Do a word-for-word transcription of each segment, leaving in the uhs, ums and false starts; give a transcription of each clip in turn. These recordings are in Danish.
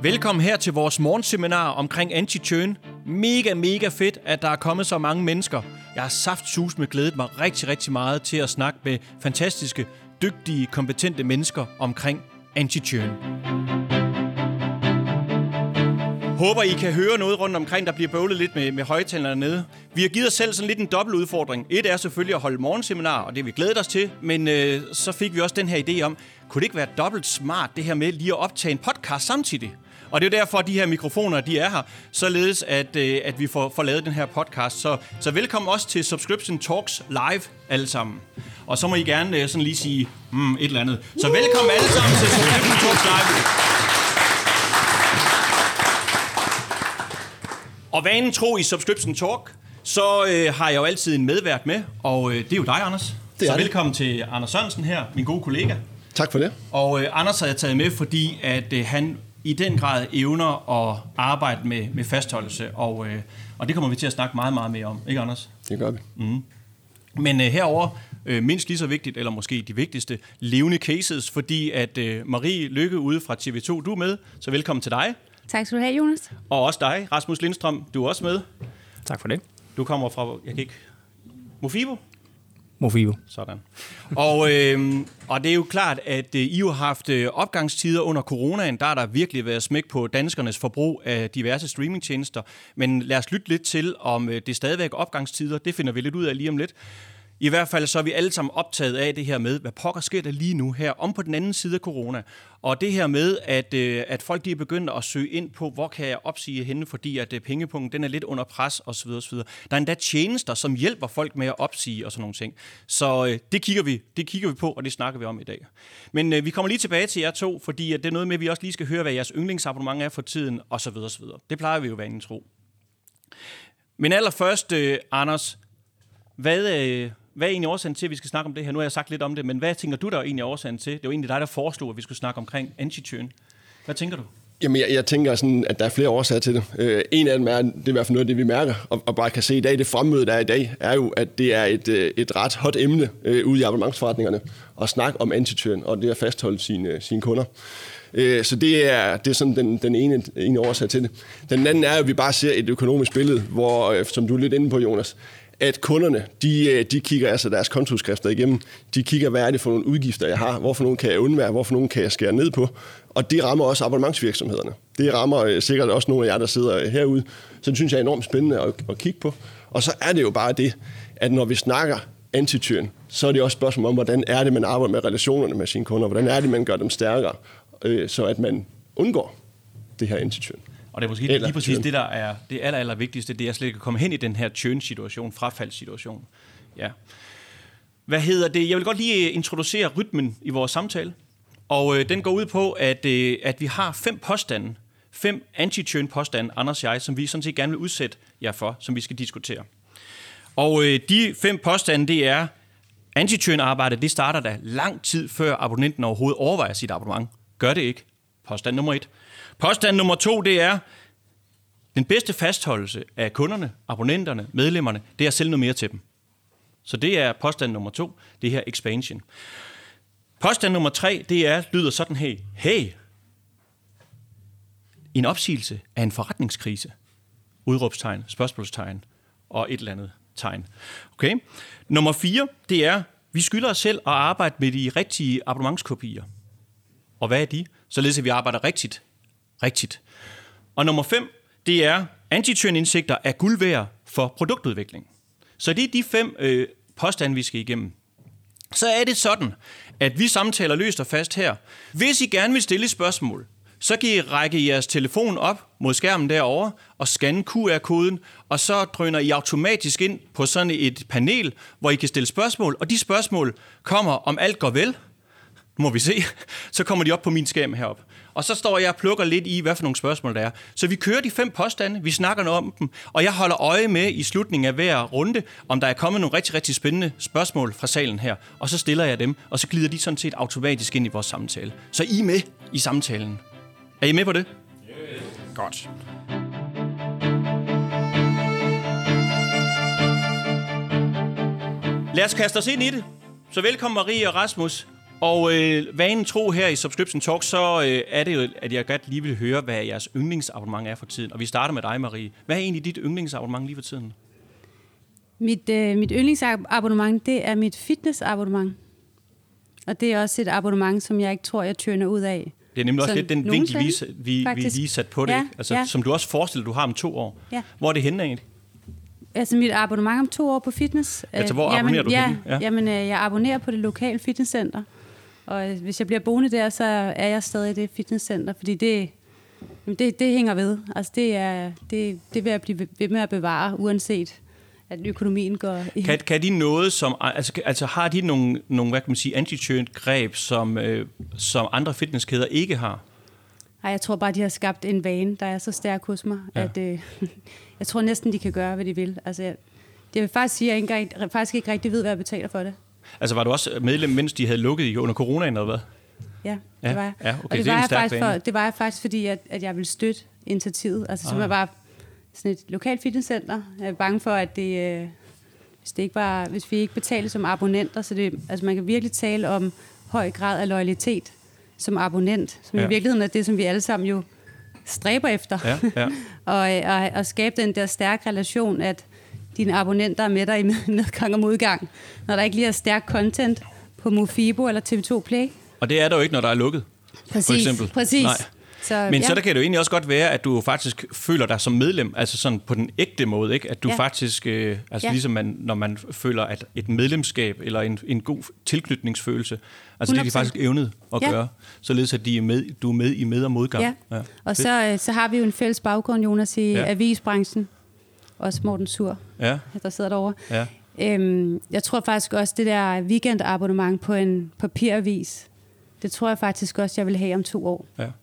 Velkommen her til vores morgenseminar omkring anti-churn. Mega, mega fedt, at der er kommet så mange mennesker. Jeg har saftsus med glædet mig rigtig, rigtig meget til at snakke med fantastiske, dygtige, kompetente mennesker omkring anti-churn. Håber, I kan høre noget rundt omkring, der bliver bøvlet lidt med, med højtalerne nede. Vi har givet os selv sådan lidt en dobbelt udfordring. Et er selvfølgelig at holde morgenseminar, og det har vi glædet os til. Men øh, så fik vi også den her idé om, kunne det ikke være dobbelt smart, det her med lige at optage en podcast samtidig? Og det er derfor, at de her mikrofoner, de er her, således at, øh, at vi får, får lavet den her podcast. Så, så velkommen også til Subscription Talks Live alle sammen. Og så må I gerne øh, sådan lige sige mm, et eller andet. Så velkommen alle sammen til Subscription Talks Live. Og vanen tro i Subscription Talk, så øh, har jeg jo altid en medvært med, og øh, det er jo dig, Anders. Det så velkommen det. Til Anders Sørensen her, min gode kollega. Tak for det. Og øh, Anders har jeg taget med, fordi at øh, han i den grad evner at arbejde med, med fastholdelse, og, øh, og det kommer vi til at snakke meget, meget mere om. Ikke, Anders? Det gør vi. Mm. Men øh, herover øh, mindst lige så vigtigt, eller måske de vigtigste, levende cases, fordi at øh, Marie Lykke ude fra T V to, du er med, så velkommen til dig. Tak skal du have, Jonas. Og også dig, Rasmus Lindstrøm, du er også med. Tak for det. Du kommer fra, jeg kan ikke... Mofibo? Mofibo. Sådan. Og, øh, og det er jo klart, at øh, I jo har haft øh, opgangstider under coronaen. Der har der virkelig været smæk på danskernes forbrug af diverse streamingtjenester. Men lad os lytte lidt til, om øh, det stadigvæk er opgangstider. Det finder vi lidt ud af lige om lidt. I hvert fald så er vi alle sammen optaget af det her med, hvad pokker sker der lige nu her, om på den anden side af corona. Og det her med, at, øh, at folk de er begyndt at søge ind på, hvor kan jeg opsige henne, fordi at øh, pengepunkten den er lidt under pres osv. osv. Der er endda tjenester, som hjælper folk med at opsige og sådan nogle ting. Så øh, det, kigger vi, det kigger vi på, og det snakker vi om i dag. Men øh, vi kommer lige tilbage til jer to, fordi at det er noget med, at vi også lige skal høre, hvad jeres yndlingsabonnement er for tiden osv. osv. Det plejer vi jo vanen tro. Men allerførst, øh, Anders, hvad... Øh, Hvad er egentlig årsagen til, at vi skal snakke om det her? Nu har jeg sagt lidt om det, men hvad tænker du, der er egentlig årsagen til? Det var egentlig dig, der foreslog, at vi skulle snakke omkring anti-churn. Hvad tænker du? Jamen, jeg, jeg tænker sådan, at der er flere årsager til det. Øh, en af dem er, det er i hvert fald noget af det, vi mærker, og, og bare kan se i dag, det fremmøde, der er i dag, er jo, at det er et, et ret hot emne øh, ude i abonnementsforretningerne, at snakke om anti-churn, og det at fastholde sine, sine kunder. Øh, så det er, det er sådan den, den ene, ene årsag til det. Den anden er, at vi bare ser et økonomisk billede, hvor, øh, som du er lidt inde på, Jonas, at kunderne, de, de kigger altså deres kontoskrifter igennem. De kigger, hvad er det for nogle udgifter, jeg har? Hvorfor nogle kan jeg undvære? Hvorfor nogle kan jeg skære ned på? Og det rammer også abonnementsvirksomhederne. Det rammer sikkert også nogle af jer, der sidder herude. Så det synes jeg er enormt spændende at, at kigge på. Og så er det jo bare det, at når vi snakker anti-churn, så er det også et spørgsmål om, hvordan er det, man arbejder med relationerne med sine kunder? Hvordan er det, man gør dem stærkere, så at man undgår det her anti-churn? Og det er måske lige præcis det, der er det aller, aller vigtigste, det er slet ikke at komme hen i den her churn-situation, frafaldssituation. Ja. Hvad hedder det? Jeg vil godt lige introducere rytmen i vores samtale. Og øh, den går ud på, at, øh, at vi har fem påstande, fem anti-churn-påstande, Anders og jeg, som vi sådan set gerne vil udsætte jer for, som vi skal diskutere. Og øh, de fem påstande, det er, anti-churn-arbejdet, det starter da lang tid før abonnenten overhovedet overvejer sit abonnement. Gør det ikke. Påstand nummer et. Påstand nummer to, det er, den bedste fastholdelse af kunderne, abonnenterne, medlemmerne, det er at sælge noget mere til dem. Så det er påstand nummer to, det her expansion. Påstand nummer tre, det er, lyder sådan her, hey, en opsigelse er en forretningskrise. Udråbstegn, spørgsmålstegn og et eller andet tegn. Okay. Nummer fire, det er, vi skylder os selv at arbejde med de rigtige abonnementskopier. Og hvad er de? Således at vi arbejder rigtigt. Rigtigt. Og nummer fem, det er, anti-churn-indsigter er guld værd for produktudvikling. Så det er de fem øh, påstande, vi skal igennem. Så er det sådan, at vi samtaler løst og fast her. Hvis I gerne vil stille et spørgsmål, så kan I række jeres telefon op mod skærmen derovre og scanne Q R-koden, og så drøner I automatisk ind på sådan et panel, hvor I kan stille spørgsmål, og de spørgsmål kommer, om alt går vel. Nu må vi se. Så kommer de op på min skærm herop. Og så står jeg og plukker lidt i, hvad for nogle spørgsmål der er. Så vi kører de fem påstande, vi snakker noget om dem, og jeg holder øje med i slutningen af hver runde, om der er kommet nogle rigtig, rigtig spændende spørgsmål fra salen her. Og så stiller jeg dem, og så glider de sådan set automatisk ind i vores samtale. Så I er med i samtalen. Er I med på det? Yes. Godt. Lad os kaste os ind i det. Så velkommen Marie og Rasmus. Og øh, vanen tro her i Subscription Talk, så øh, er det jo, at jeg godt lige vil høre, hvad jeres yndlingsabonnement er for tiden. Og vi starter med dig, Marie. Hvad er egentlig dit yndlingsabonnement lige for tiden? Mit, øh, mit yndlingsabonnement, det er mit fitnessabonnement. Og det er også et abonnement, som jeg ikke tror, jeg tørner ud af. Det er nemlig også lidt den vinkel, vi, vi, vi lige sat på det, ja, altså, ja. som du også forestiller, du har om to år. Ja. Hvor er det henne egentlig? Altså mit abonnement om to år på fitness. Altså hvor øh, abonnerer jamen, du ja, henne? Ja. Jamen, øh, jeg abonnerer på det lokale fitnesscenter. Og øh, hvis jeg bliver boende der, så er jeg stadig i det fitnesscenter, fordi det, det, det hænger ved. Altså det er det, det vil jeg blive ved med at bevare, uanset at økonomien går i. Kan, kan de noget, som, altså, altså har de nogle, nogle hvad kan man sige, anti-churn-greb, som, øh, som andre fitnesskæder ikke har? Nej, jeg tror bare, de har skabt en vane, der er så stærk hos mig, ja. at øh, jeg tror næsten, de kan gøre, hvad de vil. Altså, jeg, jeg vil faktisk sige, at jeg ikke, jeg faktisk ikke rigtig ved, hvad jeg betaler for det. Altså var du også medlem, mens de havde lukket i under coronaen eller hvad? Ja, det ja. var jeg. Ja, okay. Og det, det, var er jeg faktisk for, det var jeg faktisk, fordi at, at jeg ville støtte initiativet. Altså, så ah. jeg var sådan et lokalt fitnesscenter. Jeg er bange for, at det, øh, hvis, det ikke var, hvis vi ikke betalte som abonnenter, så det, altså, man kan virkelig tale om høj grad af loyalitet som abonnent, som ja. i virkeligheden er det, som vi alle sammen jo stræber efter. Ja, ja. og, og, og skabe den der stærke relation, at dine abonnenter er med dig i medgang og modgang, når der ikke lige er stærk content på Mofibo eller T V to Play. Og det er der jo ikke, når der er lukket, præcis, for eksempel. Præcis. Nej. Så, Men ja. så der kan det jo egentlig også godt være, at du faktisk føler dig som medlem, altså sådan på den ægte måde, ikke? At du ja. faktisk, øh, altså ja. ligesom man, når man føler, at et medlemskab eller en, en god tilknytningsfølelse, altså det er de faktisk evnet at ja. gøre, således at de er med, du er med i med- og modgang. Ja. Ja. Og så, så har vi jo en fælles baggrund, Jonas, i ja. avisbranchen. Også Morten Sur, ja. der sidder derovre. Ja. Øhm, jeg tror faktisk også, det der weekendabonnement på en papiravis, det tror jeg faktisk også, jeg vil have om to år. Ja.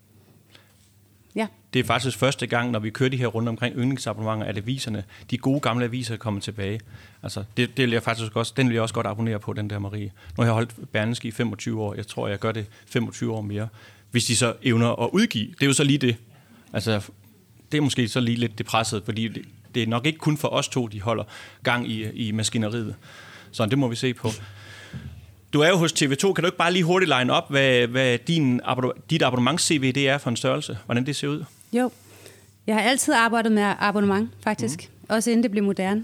Ja. Det er faktisk første gang, når vi kører de her rundt omkring yndlingsabonnementer, at aviserne, de gode gamle aviser, kommer tilbage. Altså, det, det vil jeg faktisk også, den vil jeg også godt abonnere på, den der Marie. Nu har jeg holdt Berlingske i femogtyve år. Jeg tror, jeg gør det femogtyve år mere. Hvis de så evner at udgive. Det er jo så lige det. Altså, det er måske så lige lidt det presset, fordi det, det er nok ikke kun for os to, de holder gang i, i maskineriet. Så det må vi se på. Du er jo hos T V to. Kan du ikke bare lige hurtigt line op, hvad, hvad din, dit abonnements-C V det er for en størrelse? Hvordan det ser ud? Jo. Jeg har altid arbejdet med abonnement, faktisk. Mm. Også inden det blev moderne.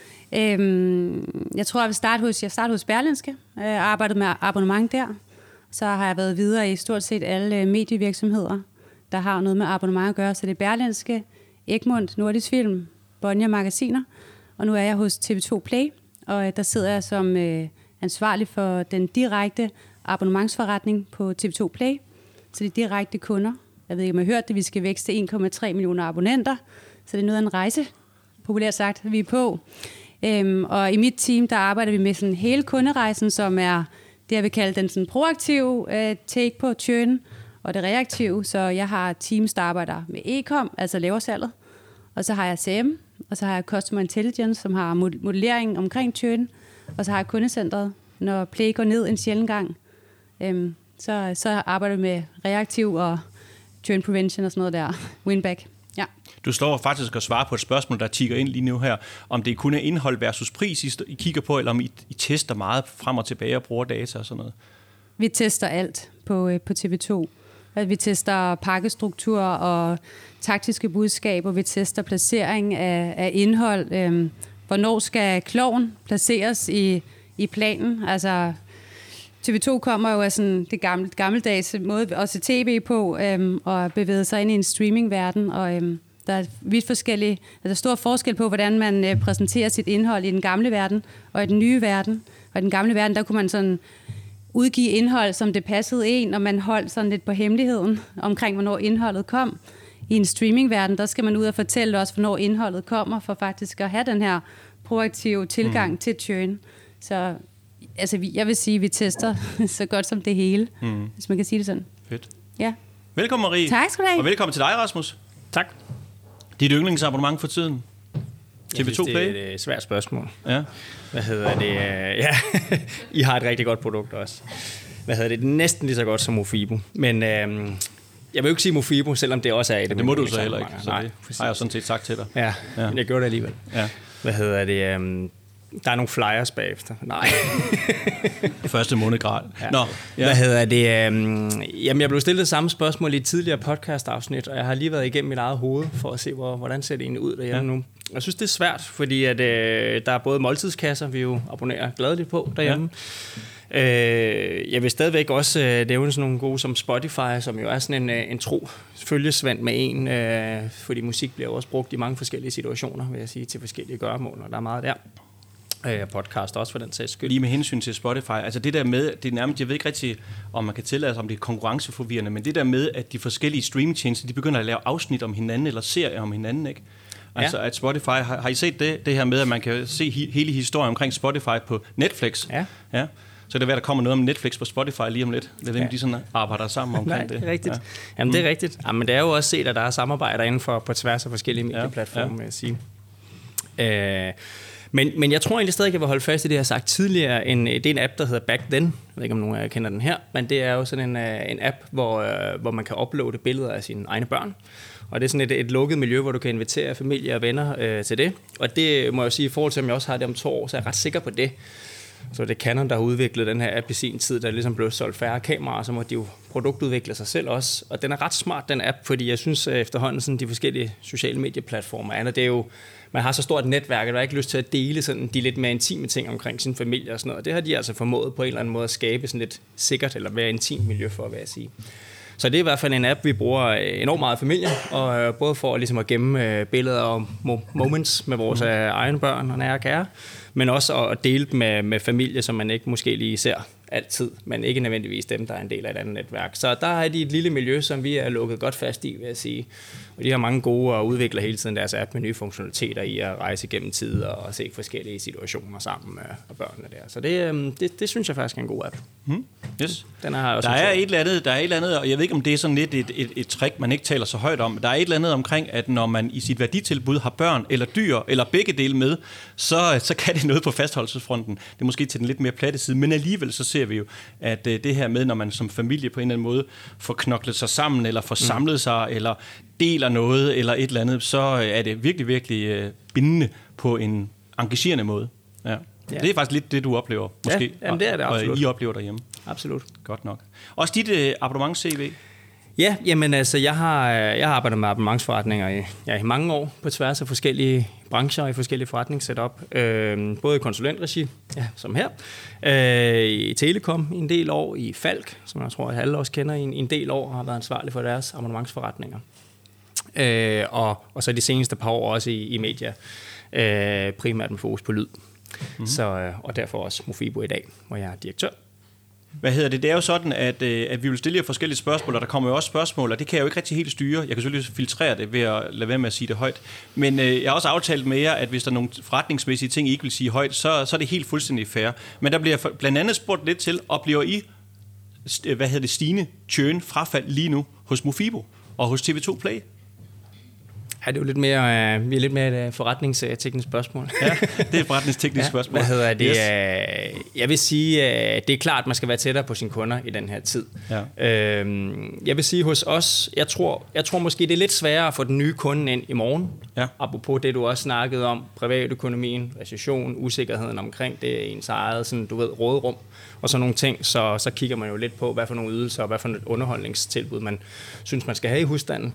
Øhm, jeg tror, jeg vil starte hos, jeg startede hos Berlingske. Jeg arbejdede med abonnement der. Så har jeg været videre i stort set alle medievirksomheder, der har noget med abonnement at gøre. Så det er Berlingske, Egmont, Nordisk Film, Bonnier Magasiner. Og nu er jeg hos T V to Play, og der sidder jeg som øh, ansvarlig for den direkte abonnementsforretning på T V to Play. Så det er direkte kunder. Jeg ved ikke, om I har hørt det, vi skal vækste en komma tre millioner abonnenter. Så det er noget af en rejse, populært sagt, vi er på. Øhm, og i mit team, der arbejder vi med sådan hele kunderejsen, som er det, jeg vil kalde den sådan proaktive øh, take på churn, og det reaktive. Så jeg har teams, der arbejder med e-com, altså laver salget. Og så har jeg C M, og så har jeg Customer Intelligence, som har modellering omkring churn. Og så har jeg kundecentret, når Play går ned en sjælden gang. Øhm, så, så arbejder vi med reaktiv og churn prevention og sådan noget der. Winback. Ja. Du står faktisk og svarer på et spørgsmål, der tigger ind lige nu her, om det kun er indhold versus pris, I, I kigger på, eller om I, I tester meget frem og tilbage og bruger data og sådan noget? Vi tester alt på, øh, på T V to. Vi tester pakkestruktur og taktiske budskaber, vi tester placering af, af indhold. Øhm, hvornår skal kloven placeres i, i planen? Altså, T V to kommer jo af sådan det gamle, gammeldags måde at se tv på, øhm, og bevæge sig ind i en streamingverden, og øhm, der er vidt forskellige, altså, der er stor forskel på, hvordan man øh, præsenterer sit indhold i den gamle verden og i den nye verden. Og i den gamle verden, der kunne man sådan udgive indhold, som det passede en, og man holdt sådan lidt på hemmeligheden omkring, hvornår indholdet kom. I en streamingverden, der skal man ud og fortælle også, hvornår indholdet kommer, for faktisk at have den her proaktive tilgang mm. til churn. Så altså, jeg vil sige, at vi tester så godt som det hele, mm. hvis man kan sige det sådan. Fedt. Ja. Velkommen, Marie. Tak skal du have. Og velkommen til dig, Rasmus. Tak. Dit yndlingsabonnement for tiden? T V to Play? Det er et svært spørgsmål. Ja. Hvad hedder det? Ja, I har et rigtig godt produkt også. Hvad hedder det? Det er næsten lige så godt som Mofibo. Men øhm, jeg vil jo ikke sige Mofibo, selvom det også er et. Ja, det må du så heller ikke. Så Nej, det har jeg sådan set sagt til dig. Ja, ja. Men jeg gjorde det alligevel. Ja. Hvad hedder det? Øhm, Der er nogle flyers bagefter. Nej. Første månedgrad. Ja. Nå, ja. Hvad hedder det? Øhm, jamen, jeg blev stillet det samme spørgsmål i et tidligere podcast-afsnit, og jeg har lige været igennem mit eget hoved for at se, hvor, hvordan ser det egentlig ud derhjemme ja. nu. Jeg synes, det er svært, fordi at, øh, der er både måltidskasser, vi jo abonnerer gladeligt på derhjemme. Ja. Øh, jeg vil stadigvæk også øh, nævne sådan nogle gode som Spotify, som jo er sådan en, øh, en tro følgesvend med en, øh, fordi musik bliver også brugt i mange forskellige situationer, vil jeg sige, til forskellige gøremål, og der er meget der. Øh, podcast også for den sags skyld. Lige med hensyn til Spotify, altså det der med, det er nærmest, jeg ved ikke rigtig, om man kan tillade sig, om det er konkurrenceforvirrende, men det der med, at de forskellige streamingtjenester, de begynder at lave afsnit om hinanden, eller serier om hinanden, ikke? Altså ja. At Spotify, har, har I set det, det her med, at man kan se hi, hele historien omkring Spotify på Netflix? Ja. Ja. Så det er ved, at der kommer noget om Netflix på Spotify lige om lidt. Det er dem, ja. de sådan arbejder sammen omkring Nej, det. det er rigtigt. Ja. Jamen, det er rigtigt. Jamen, det er jo også set, at der er samarbejder inden for på tværs af forskellige medieplatforme, ja. vil jeg sige. Øh, men, men jeg tror egentlig stadig, at jeg vil holde fast i det, jeg har sagt tidligere. En, det er en app, der hedder Back Then. Jeg ved ikke, om nogen af jer kender den her, men det er jo sådan en, en app, hvor, hvor man kan uploade billeder af sine egne børn. Og det er sådan et, et lukket miljø, hvor du kan invitere familie og venner øh, til det. Og det må jeg sige, i forhold til, om jeg også har det om to år, så er jeg ret sikker på det. Så det er Canon, der har udviklet den her app i sin tid, der er ligesom blevet solgt færre kameraer, så må de jo produktudvikle sig selv også. Og den er ret smart, den app, fordi jeg synes efterhånden, sådan de forskellige sociale medieplatformer er, det er jo, man har så stort et netværk, at der er ikke lyst til at dele sådan de lidt mere intime ting omkring sin familie og sådan noget. Og det har de altså formået på en eller anden måde at skabe sådan et sikkert eller mere intimt miljø for, hvad jeg sige. Så det er i hvert fald en app, vi bruger enormt meget i familien, og både for ligesom at gemme billeder og moments med vores egne børn og nære og kære, men også at dele dem med, med familie, som man ikke måske lige ser altid, men ikke nødvendigvis dem, der er en del af et andet netværk. Så der er de et lille miljø, som vi er lukket godt fast i, vil jeg sige. Og de har mange gode og udvikler hele tiden deres app med nye funktionaliteter i at rejse gennem tid og se forskellige situationer sammen med børnene der. Så det, det, det synes jeg faktisk er en god app. Hmm. Yes. Den har også der, er et eller andet, der er et eller andet, og jeg ved ikke, om det er sådan lidt et, et, et trick, man ikke taler så højt om. Der er et eller andet omkring, at når man i sit værditilbud har børn eller dyr, eller begge dele med, så, så kan det noget på fastholdelsesfronten. Det er måske til den lidt mere platte side, men alligevel så ser vi jo, at det her med, når man som familie på en eller anden måde får knoklet sig sammen, eller får samlet sig, eller deler noget, eller et eller andet, så er det virkelig, virkelig bindende på en engagerende måde. Ja. Ja. Det er faktisk lidt det, du oplever, måske, ja, jamen, det er det, absolut. Og I oplever derhjemme. Absolut. Godt nok. Også dit uh, abonnements-C V? Ja, jamen altså, jeg har, jeg har arbejdet med abonnementsforretninger i, ja, i mange år, på tværs af forskellige brancher, i forskellige forretningssetup. Øh, både i konsulentregi, ja, som her, øh, i Telekom i en del år, i Falk, som jeg tror, at alle også kender i en, en del år, har været ansvarlig for deres abonnementsforretninger. Øh, og, og så de seneste par år også i, i media, øh, primært med fokus på lyd. Mm-hmm. Så, og derfor også Mofibo i dag, hvor jeg er direktør. Hvad hedder det? Det er jo sådan, at, at vi vil stille jer forskellige spørgsmål, og der kommer jo også spørgsmål, og det kan jeg jo ikke rigtig helt styre. Jeg kan selvfølgelig filtrere det ved at lade være med at sige det højt. Men øh, jeg har også aftalt med jer, at hvis der er nogle forretningsmæssige ting, I ikke vil sige højt, så, så er det helt fuldstændig fair. Men der bliver blandt andet spurgt lidt til, oplever I, hvad hedder det, stigende churn, frafald lige nu hos Mofibo og hos T V to Play? Ja, det er jo lidt mere, øh, vi er lidt mere et forretningsteknisk spørgsmål. Ja, det er et forretningsteknisk ja, spørgsmål. Hvad hedder det? Yes. Øh, jeg vil sige, øh, det er klart, at man skal være tættere på sine kunder i den her tid. Ja. Øh, jeg vil sige hos os, jeg tror, jeg tror måske, det er lidt sværere at få den nye kunde ind i morgen. Ja. Apropos det, du også snakkede om, privatøkonomien, recession, usikkerheden omkring det, ens eget, sådan, du ved, råderum og sådan nogle ting, så, så kigger man jo lidt på, hvad for nogle ydelser og hvad for et underholdningstilbud, man synes, man skal have i husstanden.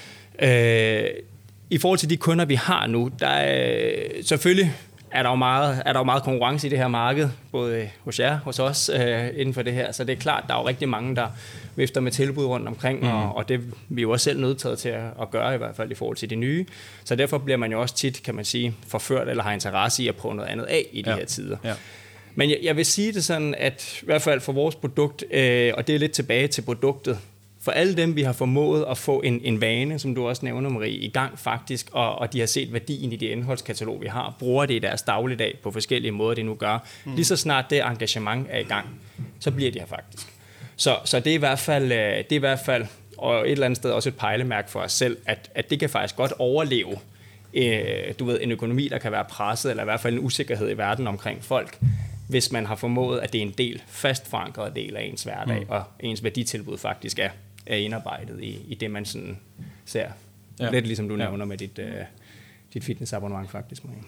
Øh, I forhold til de kunder, vi har nu, der er, selvfølgelig er der, jo meget, er der jo meget konkurrence i det her marked, både hos jer, hos os, øh, inden for det her. Så det er klart, der er jo rigtig mange, der vifter med tilbud rundt omkring, mm. og, og det er vi jo også selv nødtaget til at, at gøre, i hvert fald i forhold til de nye. Så derfor bliver man jo også tit, kan man sige, forført eller har interesse i at prøve noget andet af i de ja. her tider. Ja. Men jeg, jeg vil sige det sådan, at i hvert fald for vores produkt, øh, og det er lidt tilbage til produktet, for alle dem, vi har formået at få en, en vane, som du også nævner, Marie, i gang faktisk, og, og de har set værdien i det indholdskatalog, vi har, bruger det i deres dagligdag på forskellige måder, det nu gør. Mm. Lige så snart det engagement er i gang, så bliver de her faktisk. Så, så det, er i hvert fald, det er i hvert fald, og et eller andet sted også et pejlemærke for os selv, at, at det kan faktisk godt overleve øh, du ved, en økonomi, der kan være presset, eller i hvert fald en usikkerhed i verden omkring folk, hvis man har formået, at det er en del, fast forankret del af ens hverdag, mm. og ens værditilbud faktisk er er indarbejdet i, i det, man sådan ser. Ja. Lidt ligesom du nævner ja. med dit, uh, dit fitnessabonnement faktisk, Marie.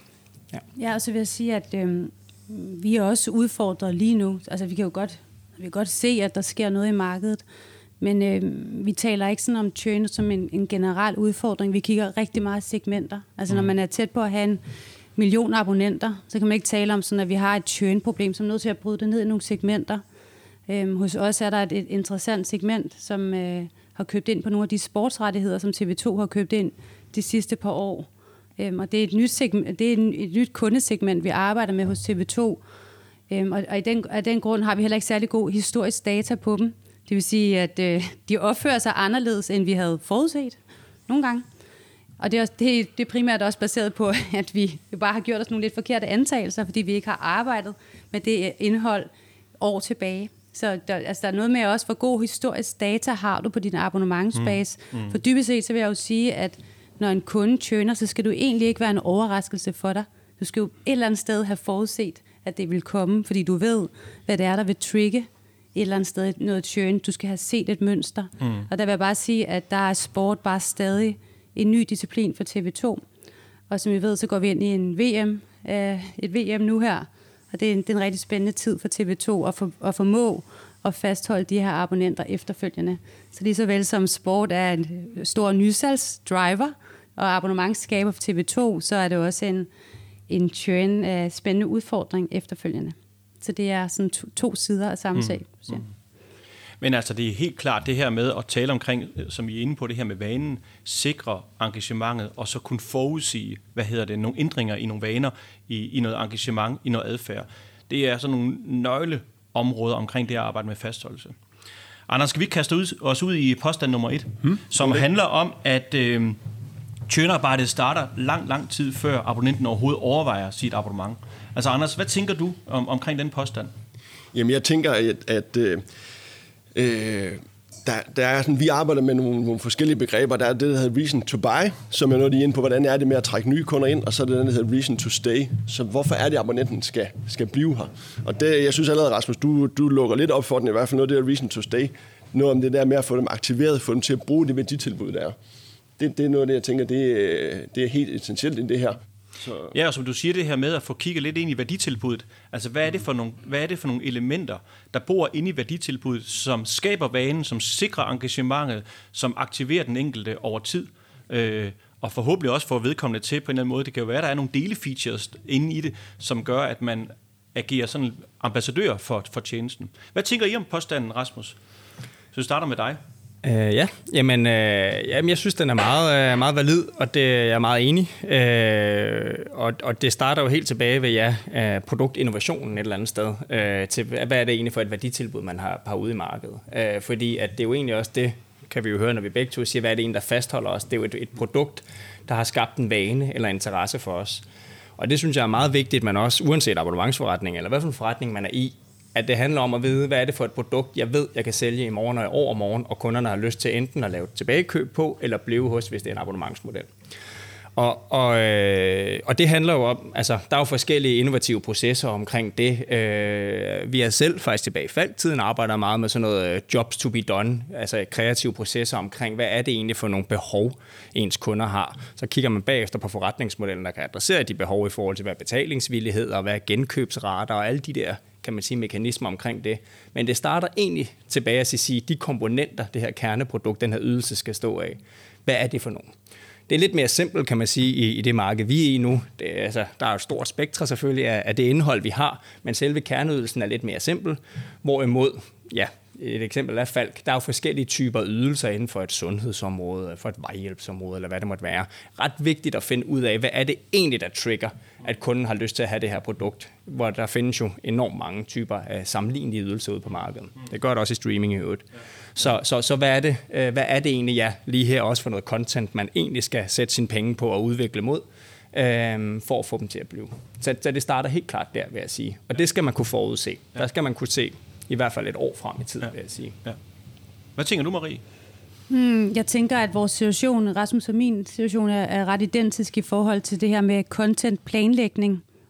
Ja, ja, og så vil jeg sige, at øh, vi er også udfordret lige nu. Altså, vi kan jo godt, vi kan godt se, at der sker noget i markedet, men øh, vi taler ikke sådan om churn som en, en generel udfordring. Vi kigger rigtig meget segmenter. Altså, mm. når man er tæt på at have en million abonnenter, så kan man ikke tale om sådan, at vi har et churn-problem, som er nødt til at bryde det ned i nogle segmenter. Øh, hos os er der et, et interessant segment, som øh, har købt ind på nogle af de sportsrettigheder, som T V to har købt ind de sidste par år. Øhm, og det er et nyt, segment, det er et nyt kundesegment, vi arbejder med hos T V to. Øhm, og og i den, af den grund har vi heller ikke særlig god historisk data på dem. Det vil sige, at øh, de opfører sig anderledes, end vi havde forudset nogle gange. Og det er, også, det, det er primært også baseret på, at vi, vi bare har gjort os nogle lidt forkerte antagelser, fordi vi ikke har arbejdet med det indhold år tilbage. Så der, altså, der er noget med også, hvor god historisk data har du på din abonnementsbase. Mm. Mm. For dybest set, så vil jeg jo sige, at når en kunde churner, så skal du egentlig ikke være en overraskelse for dig. Du skal jo et eller andet sted have forudset, at det vil komme, fordi du ved, hvad det er, der vil trigge et eller andet sted noget churn. Du skal have set et mønster. Mm. Og der vil jeg bare sige, at der er sport bare stadig en ny disciplin for T V to. Og som I ved, så går vi ind i en V M, øh, et V M nu her. Og det er en, det er en rigtig spændende tid for T V to at, for, at formå at fastholde de her abonnenter efterfølgende. Så lige så vel som sport er en stor nysalgsdriver og abonnementsskaber for T V to, så er det også en, en churn af spændende udfordring efterfølgende. Så det er sådan to, to sider af samme sag. Mm. Mm. Men altså, det er helt klart det her med at tale omkring, som I er inde på, det her med vanen, sikre engagementet, og så kunne forudsige, hvad hedder det, nogle ændringer i nogle vaner, i, i noget engagement, i noget adfærd. Det er sådan nogle nøgleområder omkring det at arbejde med fastholdelse. Anders, skal vi kaste ud, os ud i påstand nummer et, hmm? som okay. handler om, at øh, churnarbejdet starter lang, lang tid før abonnenten overhovedet overvejer sit abonnement. Altså Anders, hvad tænker du om, omkring den påstand? Jamen jeg tænker, at, at øh, øh, der, der er sådan, vi arbejder med nogle, nogle forskellige begreber. Der er det, der hedder reason to buy, som er noget, de er inde på, hvordan er det med at trække nye kunder ind, og så er det den, der hedder reason to stay. Så hvorfor er det, at abonnenten skal, skal blive her? Og det, jeg synes allerede, Rasmus, du, du lukker lidt op for den, i hvert fald noget af det der reason to stay. Noget om det der med at få dem aktiveret, få dem til at bruge det værditilbud, der er. Det, det er noget af det, jeg tænker, det, det er helt essentielt i det her. Så. Ja, og som du siger det her med at få kigget lidt ind i værditilbuddet. Altså, hvad er det for nogle, hvad er det for nogle elementer, der bor inde i værditilbuddet, som skaber vanen, som sikrer engagementet, som aktiverer den enkelte over tid, øh, og forhåbentlig også får vedkommende til på en eller anden måde. Det kan jo være, at der er nogle delefeatures inde i det, som gør, at man agerer sådan ambassadør for, for tjenesten. Hvad tænker I om påstanden, Rasmus? Så vi starter med dig. Uh, ja, jamen, uh, jamen, jeg synes, den er meget, uh, meget valid, og det er jeg meget enig. Uh, og, og det starter jo helt tilbage ved ja, uh, produktinnovationen et eller andet sted, uh, til hvad er det egentlig for et værditilbud, man har, har ude i markedet. Uh, fordi at det er jo egentlig også det, kan vi jo høre, når vi begge to siger, hvad er det egentlig, der fastholder os. Det er jo et, et produkt, der har skabt en vane eller interesse for os. Og det synes jeg er meget vigtigt, man også, uanset abonnementsforretning, eller hvad for en forretning man er i, at det handler om at vide, hvad er det for et produkt, jeg ved, jeg kan sælge i morgen og i overmorgen, og kunderne har lyst til enten at lave tilbagekøb på, eller blive hos, hvis det er en abonnementsmodel. Og, og, øh, og det handler jo om, altså der er jo forskellige innovative processer omkring det. Øh, vi har selv faktisk tilbage i faldtiden arbejder meget med sådan noget jobs to be done, altså kreative processer omkring, hvad er det egentlig for nogle behov, ens kunder har. Så kigger man bagefter på forretningsmodellen, der kan adressere de behov i forhold til, hvad er betalingsvillighed, og hvad er genkøbsrater, og alle de der, kan man sige, mekanismer omkring det. Men det starter egentlig tilbage at sige, de komponenter, det her kerneprodukt, den her ydelse skal stå af. Hvad er det for nogen? Det er lidt mere simpelt, kan man sige, i, i det marked, vi er i nu. Det er, altså, der er et stort spektre selvfølgelig af, af det indhold, vi har, men selve kerneydelsen er lidt mere simpel. Hvorimod, ja, et eksempel er Falk, der er jo forskellige typer ydelser inden for et sundhedsområde, for et vejhjælpsområde, eller hvad det måtte være. Ret vigtigt at finde ud af, hvad er det egentlig, der trigger, at kunden har lyst til at have det her produkt, hvor der findes jo enormt mange typer af sammenlignelige ydelser ude på markedet. Det gør det også i streaming i øvrigt. Så, så, så hvad, er det, hvad er det egentlig, ja, lige her også for noget content, man egentlig skal sætte sine penge på og udvikle mod, øhm, for at få dem til at blive. Så, så det starter helt klart der, vil jeg sige. Og det skal man kunne forudse. Der skal man kunne se i hvert fald et år frem i tiden, vil jeg sige. Ja. Hvad tænker du, Marie? Hmm, jeg tænker, at vores situation, Rasmus og min situation, er, er ret identisk i forhold til det her med content-planlægning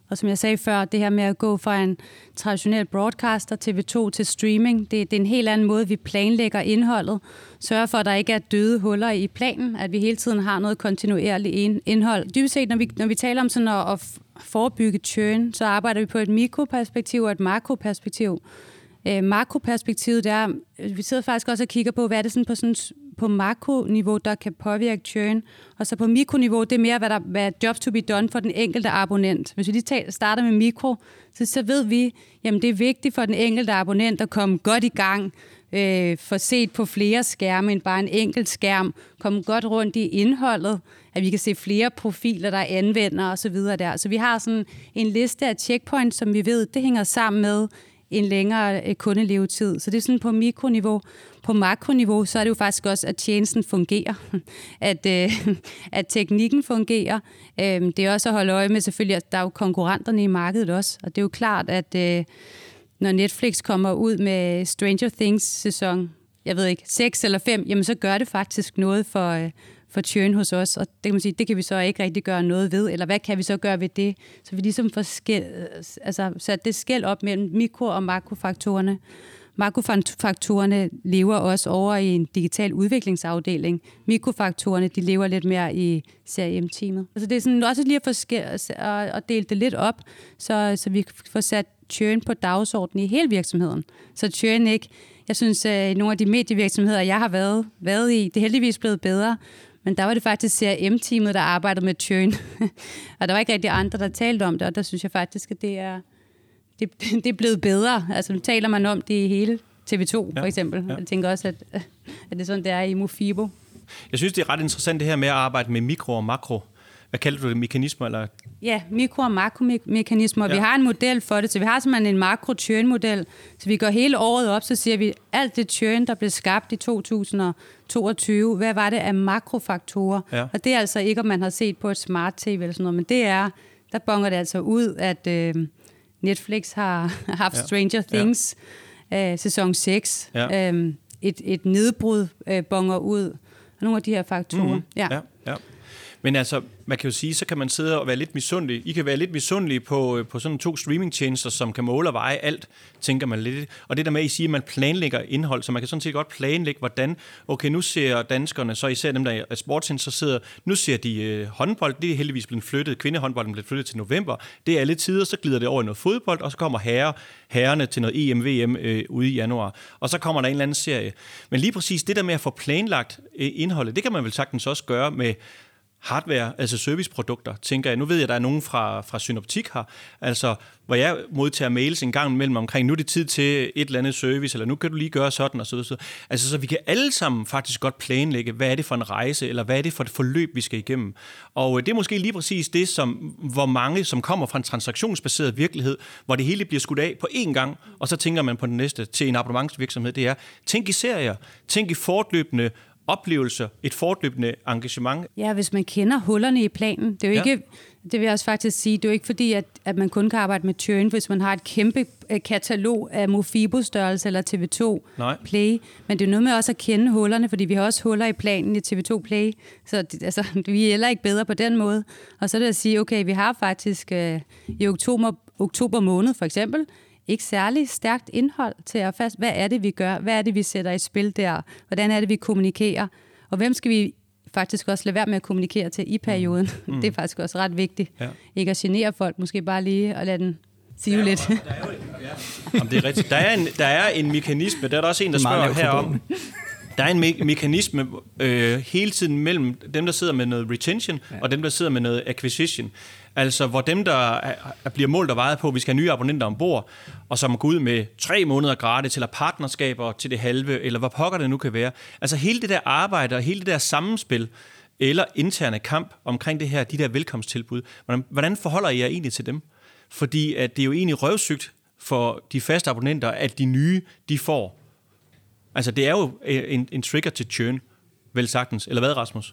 Og som jeg sagde før, det her med at gå fra en traditionel broadcaster, T V to, til streaming, det, det er en helt anden måde, vi planlægger indholdet. Sørger for, at der ikke er døde huller i planen, at vi hele tiden har noget kontinuerligt indhold. Dybest set, når vi, når vi taler om sådan at, at forebygge churn, så arbejder vi på et mikroperspektiv og et makroperspektiv. Øh, makroperspektivet, der vi sidder faktisk også og kigger på, hvad er det sådan på sådan på makroniveau, der kan påvirke churn. Og så på mikroniveau, det er mere, hvad der hvad er jobs to be done for den enkelte abonnent. Hvis vi lige tager, starter med mikro, så, så ved vi, jamen det er vigtigt for den enkelte abonnent at komme godt i gang, øh, få set på flere skærme end bare en enkelt skærm, komme godt rundt i indholdet, at vi kan se flere profiler, der er anvendere osv. der. Så vi har sådan en liste af checkpoints, som vi ved, det hænger sammen med en længere kundelevetid. Så det er sådan på mikroniveau. På makroniveau, så er det jo faktisk også, at tjenesten fungerer. At, øh, at teknikken fungerer. Øh, det er også at holde øje med selvfølgelig, at der er jo konkurrenterne i markedet også. Og det er jo klart, at øh, når Netflix kommer ud med Stranger Things sæson, jeg ved ikke, seks eller fem, jamen så gør det faktisk noget for, øh, for churn hos os. Og det kan man sige, det kan vi så ikke rigtig gøre noget ved. Eller hvad kan vi så gøre ved det? Så vi ligesom får skæld, altså, sat det skel op mellem mikro- og makrofaktorerne. Makrofaktorerne lever også over i en digital udviklingsafdeling. Mikrofaktorerne, de lever lidt mere i C R M-teamet. Altså det er sådan også lige at, få ske- at, at dele det lidt op, så, så vi får sat churn på dagsordenen i hele virksomheden. Så churn ikke, jeg synes, at nogle af de medievirksomheder, jeg har været, været i, det er heldigvis blevet bedre, men der var det faktisk C R M-teamet, der arbejdede med churn. Og der var ikke rigtig andre, der talte om det, og der synes jeg faktisk, at det er... Det, det er blevet bedre. Altså, nu taler man om det i hele T V to, ja, for eksempel. Ja. Jeg tænker også, at, at det er sådan, det er i Mofibo. Jeg synes, det er ret interessant det her med at arbejde med mikro og makro. Hvad kalder du det? Mekanismer? Eller? Ja, mikro- og makromekanismer. Ja. Vi har en model for det, så vi har simpelthen en makro-churn-model. Så vi går hele året op, så siger vi, alt det churn, der blev skabt i to tusind og toogtyve, hvad var det af makrofaktorer? Ja. Og det er altså ikke, om man har set på et smart-tv eller sådan noget, men det er, der bonger det altså ud, at... Øh, Netflix har haft ja. Stranger Things, ja. øh, sæson seks. Ja. Øhm, et, et nedbrud øh, bonger ud. Nogle af de her faktorer. Mm-hmm. Ja. Ja, ja. Men altså, man kan jo sige, så kan man sidde og være lidt misundelig. I kan være lidt misundelige på, på sådan to streamingtjenester, som kan måle og veje alt, tænker man lidt. Og det der med, at I siger, at man planlægger indhold, så man kan sådan set godt planlægge, hvordan, okay, nu ser danskerne, så især dem, der er sportsinteresserede, nu ser de øh, håndbold, det er heldigvis blevet flyttet, kvindehåndbolden blev flyttet til november, det er alle tider, så glider det over i noget fodbold, og så kommer herre, herrerne til noget E M V M øh, ude i januar, og så kommer der en eller anden serie. Men lige præcis det der med at få planlagt øh, indholdet, det kan man vel sagtens også gøre med hardware, altså serviceprodukter, tænker jeg. Nu ved jeg, at der er nogen fra, fra Synoptik her, altså hvor jeg modtager mails en gang imellem omkring, nu er det tid til et eller andet service, eller nu kan du lige gøre sådan, og så videre. Altså, så vi kan alle sammen faktisk godt planlægge, hvad er det for en rejse, eller hvad er det for et forløb, vi skal igennem. Og det er måske lige præcis det, som, hvor mange, som kommer fra en transaktionsbaseret virkelighed, hvor det hele bliver skudt af på én gang, og så tænker man på den næste til en abonnementsvirksomhed, det er, tænk i serier, tænk i fortløbende oplevelser, et fortløbende engagement. Ja, hvis man kender hullerne i planen. Det er jo ja. ikke, det vil jeg også faktisk sige, det er jo ikke fordi, at, at man kun kan arbejde med churn, hvis man har et kæmpe katalog af Mofibo-størrelse eller T V to Nej. Play. Men det er noget med også at kende hullerne, fordi vi har også huller i planen i T V to Play. Så altså, vi er heller ikke bedre på den måde. Og så er det at sige, okay, vi har faktisk øh, i oktober, oktober måned for eksempel, ikke særlig stærkt indhold til at fast. Hvad er det, vi gør? Hvad er det, vi sætter i spil der? Hvordan er det, vi kommunikerer? Og hvem skal vi faktisk også lade være med at kommunikere til i perioden? Mm. Det er faktisk også ret vigtigt. Ja. Ikke at genere folk, måske bare lige at lade den sige lidt. Der er, jo, ja. Jamen, det er rigtigt. Der er, en, der er en mekanisme, der er der også en, der spørger herom. Der er en me- mekanisme øh, hele tiden mellem dem, der sidder med noget retention, ja. og dem, der sidder med noget acquisition. Altså, hvor dem, der er, bliver målt og vejet på, at vi skal have nye abonnenter ombord, og som går ud med tre måneder gratis, eller partnerskaber til det halve, eller hvad pokker det nu kan være. Altså, hele det der arbejde, og hele det der sammenspil, eller interne kamp omkring det her, de der velkomsttilbud, hvordan, hvordan forholder I jer egentlig til dem? Fordi at det er jo egentlig røvsygt for de faste abonnenter, at de nye, de får. Altså, det er jo en, en trigger til churn, vel sagtens. Eller hvad, Rasmus?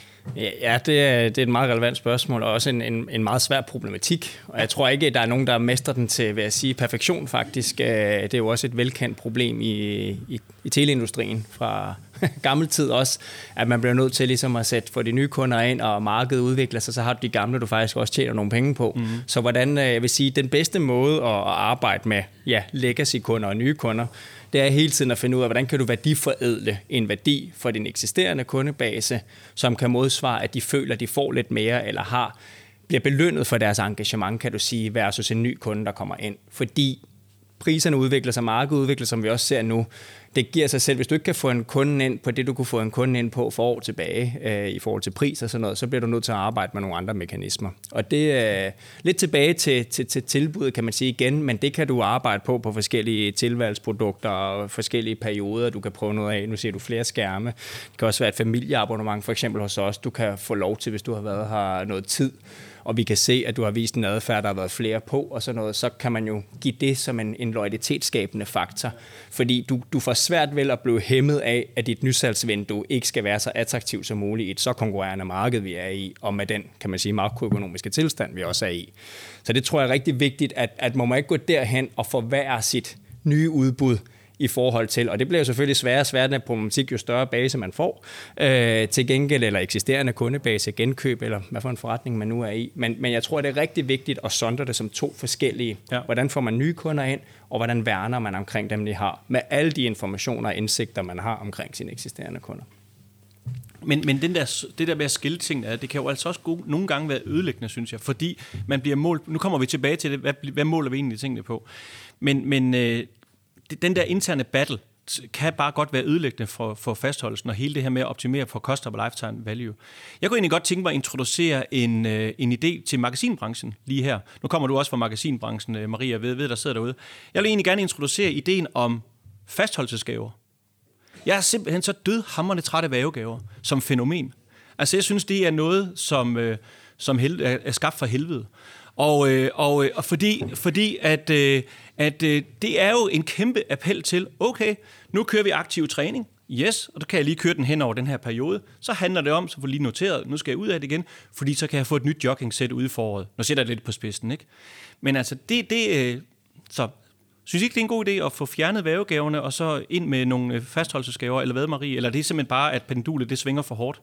Ja, det er, det er et meget relevant spørgsmål, og også en, en, en meget svær problematik. Og jeg tror ikke, at der er nogen, der mestrer den til, vil jeg sige, perfektion faktisk. Det er jo også et velkendt problem i, i, i teleindustrien fra, gammel tid også, at man bliver nødt til ligesom at sætte for de nye kunder ind, og markedet udvikler sig, så har du de gamle, du faktisk også tjener nogle penge på. Mm. Så hvordan, jeg vil sige, den bedste måde at arbejde med ja, legacy-kunder og nye kunder, det er hele tiden at finde ud af, hvordan kan du værdiforædle en værdi for din eksisterende kundebase, som kan modsvare, at de føler, at de får lidt mere, eller har bliver belønnet for deres engagement, kan du sige, versus en ny kunde, der kommer ind. Fordi priserne udvikler sig, markedet udvikler sig, som vi også ser nu. Det giver sig selv, hvis du ikke kan få en kunde ind på det, du kunne få en kunde ind på for år tilbage, øh, i forhold til pris og sådan noget, så bliver du nødt til at arbejde med nogle andre mekanismer. Og det er øh, lidt tilbage til, til, til tilbuddet, kan man sige igen, men det kan du arbejde på på forskellige tilvalgsprodukter og forskellige perioder, du kan prøve noget af. Nu ser du flere skærme. Det kan også være et familieabonnement, for eksempel hos os. Du kan få lov til, hvis du har været her noget tid, og vi kan se, at du har vist en adfærd, der har været flere på, og sådan noget, så kan man jo give det som en, en loyalitetsskabende faktor. Fordi du, du får svært vel at blive hæmmet af, at dit nysalgsvindue ikke skal være så attraktivt som muligt i et så konkurrerende marked, vi er i, og med den, kan man sige, makroøkonomiske tilstand, vi også er i. Så det tror jeg er rigtig vigtigt, at, at man må ikke gå derhen og forværre sit nye udbud i forhold til, og det bliver jo selvfølgelig sværere og sværere, den problematik, jo større base man får øh, til gengæld, eller eksisterende kundebase, genkøb, eller hvad for en forretning man nu er i. Men, men jeg tror, det er rigtig vigtigt at sondre det som to forskellige. Ja. Hvordan får man nye kunder ind, og hvordan værner man omkring dem, de har, med alle de informationer og indsigter, man har omkring sine eksisterende kunder. Men, men den der, det der med at skille tingene, det kan jo altså også gode, nogle gange være ødelæggende, synes jeg, fordi man bliver målt, nu kommer vi tilbage til det, hvad, hvad måler vi egentlig tingene på? Men, men øh, den der interne battle kan bare godt være ødelæggende for, for fastholdelsen, og hele det her med at optimere for cost of lifetime value. Jeg kunne egentlig godt tænke mig at introducere en, en idé til magasinbranchen lige her. Nu kommer du også fra magasinbranchen, Maria, ved, ved der sidder derude. Jeg vil egentlig gerne introducere ideen om fastholdelsesgaver. Jeg er simpelthen så dødhamrende træt af vævegaver som fænomen. Altså jeg synes, det er noget, som, som hel, er skabt for helvede. Og, og, og fordi, fordi at, at det er jo en kæmpe appel til, okay, nu kører vi aktiv træning, yes, og så kan jeg lige køre den hen over den her periode. Så handler det om, så får lige noteret, nu skal jeg ud af det igen, fordi så kan jeg få et nyt jogging-sæt ude i foråret. Nu sætter jeg det lidt på spidsen, ikke? Men altså, det, det så synes I ikke, det er en god idé at få fjernet vævegaverne, og så ind med nogle fastholdelsesgaver, eller hvad, Marie? Eller det er simpelthen bare, at pendulet, det svinger for hårdt?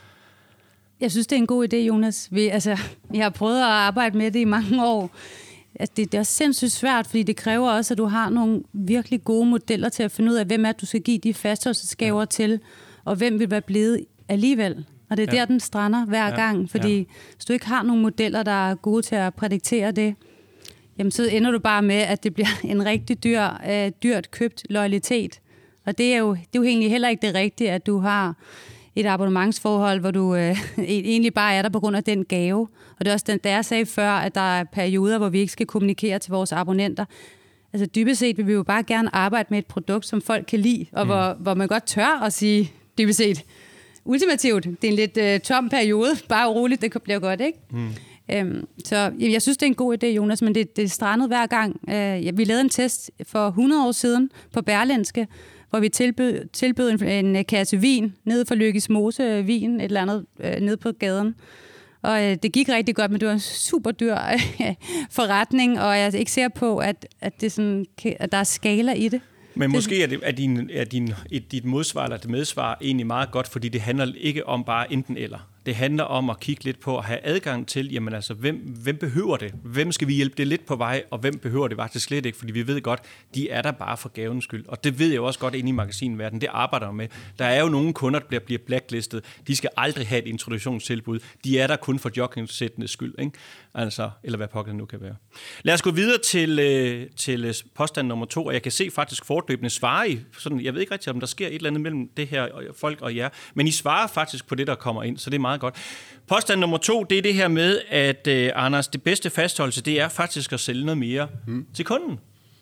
Jeg synes, det er en god idé, Jonas. Vi, altså, jeg har prøvet at arbejde med det i mange år. Altså, det, det er sindssygt svært, fordi det kræver også, at du har nogle virkelig gode modeller til at finde ud af, hvem er du skal give de fastholdelsesgaver ja. til, og hvem vil være blevet alligevel. Og det er ja. der, den strander hver ja. gang, fordi ja. hvis du ikke har nogle modeller, der er gode til at prædiktere det, jamen så ender du bare med, at det bliver en rigtig dyr, øh, dyrt købt loyalitet. Og det er, jo, det er jo egentlig heller ikke det rigtige, at du har et abonnementsforhold, hvor du øh, egentlig bare er der på grund af den gave. Og det er også den, der jeg sagde før, at der er perioder, hvor vi ikke skal kommunikere til vores abonnenter. Altså dybest set vil vi jo bare gerne arbejde med et produkt, som folk kan lide, og mm. hvor, hvor man godt tør at sige, dybest set, ultimativt, det er en lidt øh, tom periode, bare roligt, det bliver godt, ikke? Mm. Øhm, så jeg synes, det er en god idé, Jonas, men det, det er strandet hver gang. Øh, vi lavede en test for hundrede år siden på Berlinske, hvor vi tilbød, tilbød en, en kasse vin nede for Lykkes Mose vin, et eller andet øh, nede på gaden. Og øh, det gik rigtig godt, men det var en super dyr øh, forretning, og jeg er ikke sikker på, at, at, det sådan, at der er skala i det. Men måske er, det, er, din, er din, et, dit modsvar eller det medsvar egentlig meget godt, fordi det handler ikke om bare enten eller. Det handler om at kigge lidt på at have adgang til, jamen altså, hvem, hvem behøver det? Hvem skal vi hjælpe det lidt på vej, og hvem behøver det faktisk slet ikke? Fordi vi ved godt, de er der bare for gavens skyld. Og det ved jeg jo også godt inde i magasinverdenen. Det arbejder jeg med. Der er jo nogle kunder, der bliver, bliver blacklistet. De skal aldrig have et introduktionstilbud. De er der kun for jogging-sættenes skyld, ikke? Altså, eller hvad pokker det nu kan være. Lad os gå videre til, til påstand nummer to, og jeg kan se faktisk fortløbende svare i, sådan, jeg ved ikke rigtig, om der sker et eller andet mellem det her folk og jer, men I svarer faktisk på det, der kommer ind, så det er meget godt. Påstand nummer to, det er det her med, at uh, Anders, det bedste fastholdelse, det er faktisk at sælge noget mere hmm. til kunden.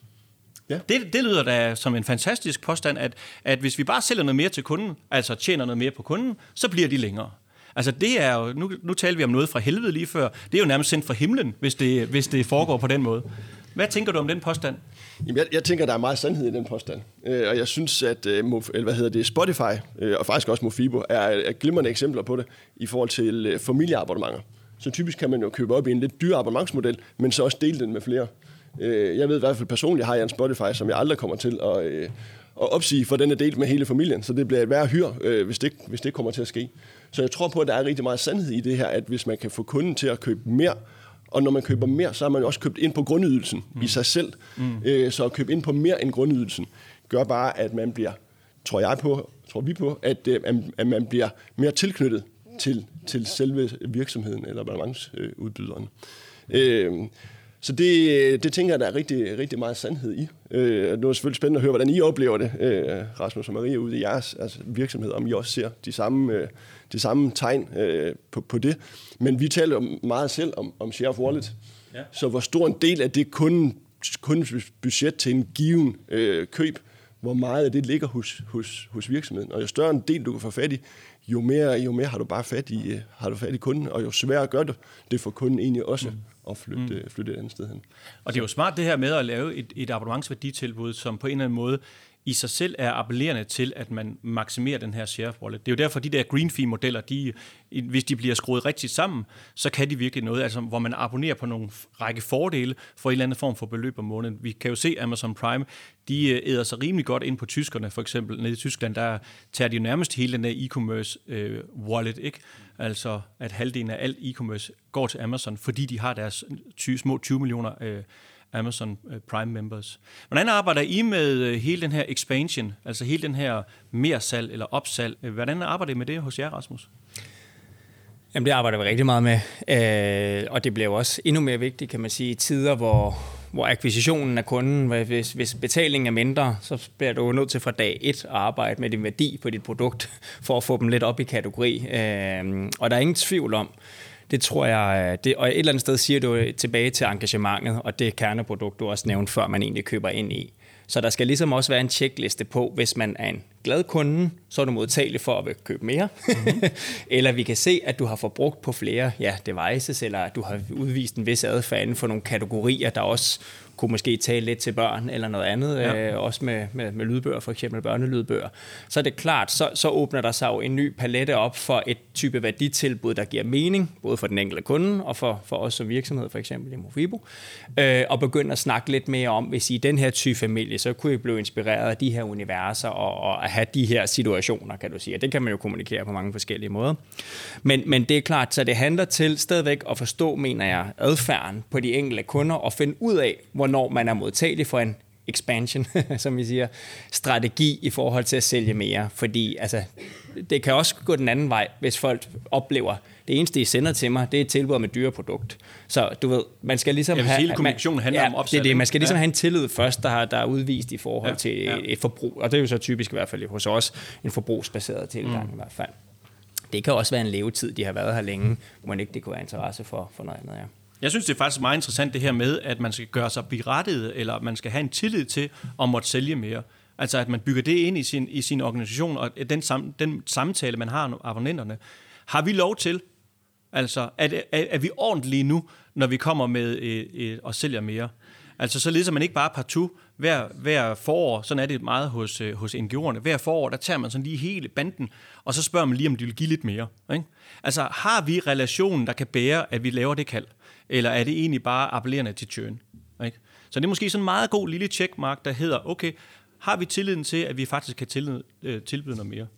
Ja. Det, det lyder da som en fantastisk påstand, at, at hvis vi bare sælger noget mere til kunden, altså tjener noget mere på kunden, så bliver de længere. Altså det er jo, nu, nu taler vi om noget fra helvede lige før, det er jo nærmest sendt fra himlen, hvis det, hvis det foregår på den måde. Hvad tænker du om den påstand? Jamen, jeg, jeg tænker, der er meget sandhed i den påstand. Øh, og jeg synes, at øh, eller hvad hedder det, Spotify øh, og faktisk også Mofibo er, er glimrende eksempler på det i forhold til øh, familieabonnementer. Så typisk kan man jo købe op i en lidt dyr abonnementsmodel, men så også dele den med flere. Øh, jeg ved i hvert fald personligt, har jeg en Spotify, som jeg aldrig kommer til at, øh, at opsige, for den er delt med hele familien, så det bliver et værre hyr, øh, hvis, det, hvis det kommer til at ske. Så jeg tror på, at der er rigtig meget sandhed i det her, at hvis man kan få kunden til at købe mere, og når man køber mere, så har man også købt ind på grundydelsen mm. i sig selv. Mm. Øh, så at købe ind på mere end grundydelsen gør bare, at man bliver, tror jeg på, tror vi på, at, øh, at man bliver mere tilknyttet til, til selve virksomheden eller abonnementsudbyderen. Øh, Så det, det tænker jeg, der er rigtig, rigtig meget sandhed i. Øh, det var selvfølgelig spændende at høre, hvordan I oplever det, øh, Rasmus og Maria, ude i jeres altså, virksomhed, om I også ser de samme, øh, de samme tegn øh, på, på det. Men vi taler meget selv om, om share of wallet. Ja. Så hvor stor en del af det kunden, kundens budget til en given øh, køb, hvor meget af det ligger hos, hos, hos virksomheden. Og jo større en del, du kan få fat i, jo mere, jo mere har du bare fat i, har du fat i kunden, og jo sværere gør det, det for kunden egentlig også mm. at flytte, mm. flytte et andet sted hen. Og det er jo smart det her med at lave et, et abonnementsværditilbud, som på en eller anden måde i sig selv er appellerende til, at man maksimerer den her share of wallet. Det er jo derfor, de der green fee-modeller, de, hvis de bliver skruet rigtigt sammen, så kan de virkelig noget, altså hvor man abonnerer på nogle række fordele for en eller anden form for beløb om måneden. Vi kan jo se Amazon Prime, de æder sig rimelig godt ind på tyskerne, for eksempel nede i Tyskland, der tager de jo nærmest hele den der e-commerce øh, wallet, ikke? Altså at halvdelen af alt e-commerce går til Amazon, fordi de har deres ty- små tyve millioner øh, Amazon Prime members. Hvordan arbejder I med hele den her expansion, altså hele den her mersalg eller opsalg? Hvordan arbejder I med det hos jer, Rasmus? Jamen det arbejder vi rigtig meget med, øh, og det bliver jo også endnu mere vigtigt, kan man sige, i tider, hvor, hvor akquisitionen af kunden, hvis, hvis betalingen er mindre, så bliver du nødt til fra dag et at arbejde med din værdi på dit produkt, for at få dem lidt op i kategori. Øh, og der er ingen tvivl om, det tror jeg, det, og et eller andet sted siger du tilbage til engagementet, og det kerneprodukt, du også nævnte, før man egentlig køber ind i. Så der skal ligesom også være en checkliste på, hvis man er en glad kunde, så er du modtagelig for at vil købe mere. Mm-hmm. Eller vi kan se, at du har forbrugt på flere ja, devices, eller at du har udvist en vis adfærd inden for nogle kategorier, der også kunne måske tale lidt til børn eller noget andet, ja. øh, også med, med, med lydbøger, for eksempel børnelydbøger. Så er det klart, så, så åbner der sig jo en ny palette op for et type værditilbud, der giver mening, både for den enkelte kunde og for, for os som virksomhed, for eksempel i Mofibo, øh, og begynder at snakke lidt mere om, hvis I er den her type familie, så kunne I blive inspireret af de her universer og, og at have de her situationer, kan du sige. Og det kan man jo kommunikere på mange forskellige måder. Men, men det er klart, så det handler til stadigvæk at forstå, mener jeg, adfærden på de enkelte kunder og finde ud af, hvornår man er modtagelig for en expansion, som vi siger, strategi i forhold til at sælge mere. Fordi altså, det kan også gå den anden vej, hvis folk oplever, det eneste, I sender til mig, det er et tilbud med et dyre produkt. Så du ved, man skal ligesom have... Hele kommunikationen handler ja, om opsalg. Det er det. Man skal ligesom ja. have en tillid først, der, har, der er udvist i forhold ja, til ja. et forbrug. Og det er jo så typisk i hvert fald hos os en forbrugsbaseret tilgang mm. i hvert fald. Det kan også være en levetid, de har været her længe, hvor ikke det kunne være interesse for, for noget andet, ja. Jeg synes, det er faktisk meget interessant det her med, at man skal gøre sig berettiget, eller man skal have en tillid til at måtte sælge mere. Altså at man bygger det ind i sin, i sin organisation, og den, sam, den samtale, man har med abonnenterne. Har vi lov til, altså er, er, er vi ordentlige nu, når vi kommer med øh, øh, og sælger mere? Altså så ligesom man ikke bare partout hver, hver forår, sådan er det meget hos, øh, hos N G O'erne, hver forår, der tager man sådan lige hele banden, og så spørger man lige, om de vil give lidt mere. Ikke? Altså har vi relationen, der kan bære, at vi laver det kald? Eller er det egentlig bare appellerende til churn? Ikke? Så det er måske sådan en meget god lille checkmark, der hedder, okay, har vi tilliden til, at vi faktisk kan tilbyde, øh, tilbyde noget mere?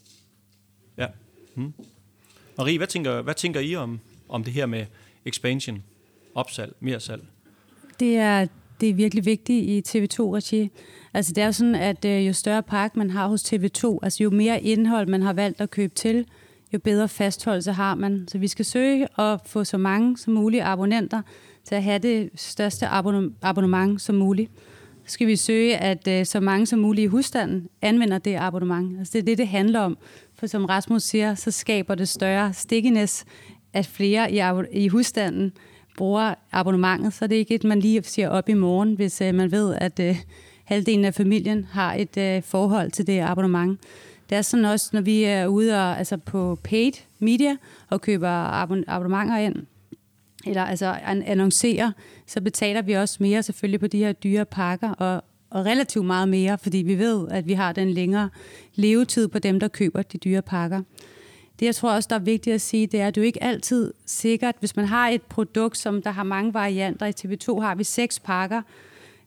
Ja. Hmm. Marie, hvad tænker, hvad tænker I om, om det her med expansion, opsalg, mere salg? Det er, det er virkelig vigtigt i T V to-regi. Altså det er jo sådan, at øh, jo større park man har hos T V to, altså jo mere indhold man har valgt at købe til, jo bedre fastholdelse har man. Så vi skal søge at få så mange som mulige abonnenter til at have det største abonnement som muligt. Så skal vi søge, at uh, så mange som muligt i husstanden anvender det abonnement. Altså det er det, det handler om. For som Rasmus siger, så skaber det større stickiness, at flere i, ab- i husstanden bruger abonnementet. Så det er ikke et, man lige siger op i morgen, hvis uh, man ved, at uh, halvdelen af familien har et uh, forhold til det abonnement. Det er sådan også, når vi er ude og, altså på paid media og køber abonnementer ind, eller altså annoncerer, så betaler vi også mere selvfølgelig på de her dyre pakker, og, og relativt meget mere, fordi vi ved, at vi har den længere levetid på dem, der køber de dyre pakker. Det, jeg tror også, der er vigtigt at sige, det er, at det er jo ikke altid sikkert, hvis man har et produkt, som der har mange varianter. I T V to har vi seks pakker,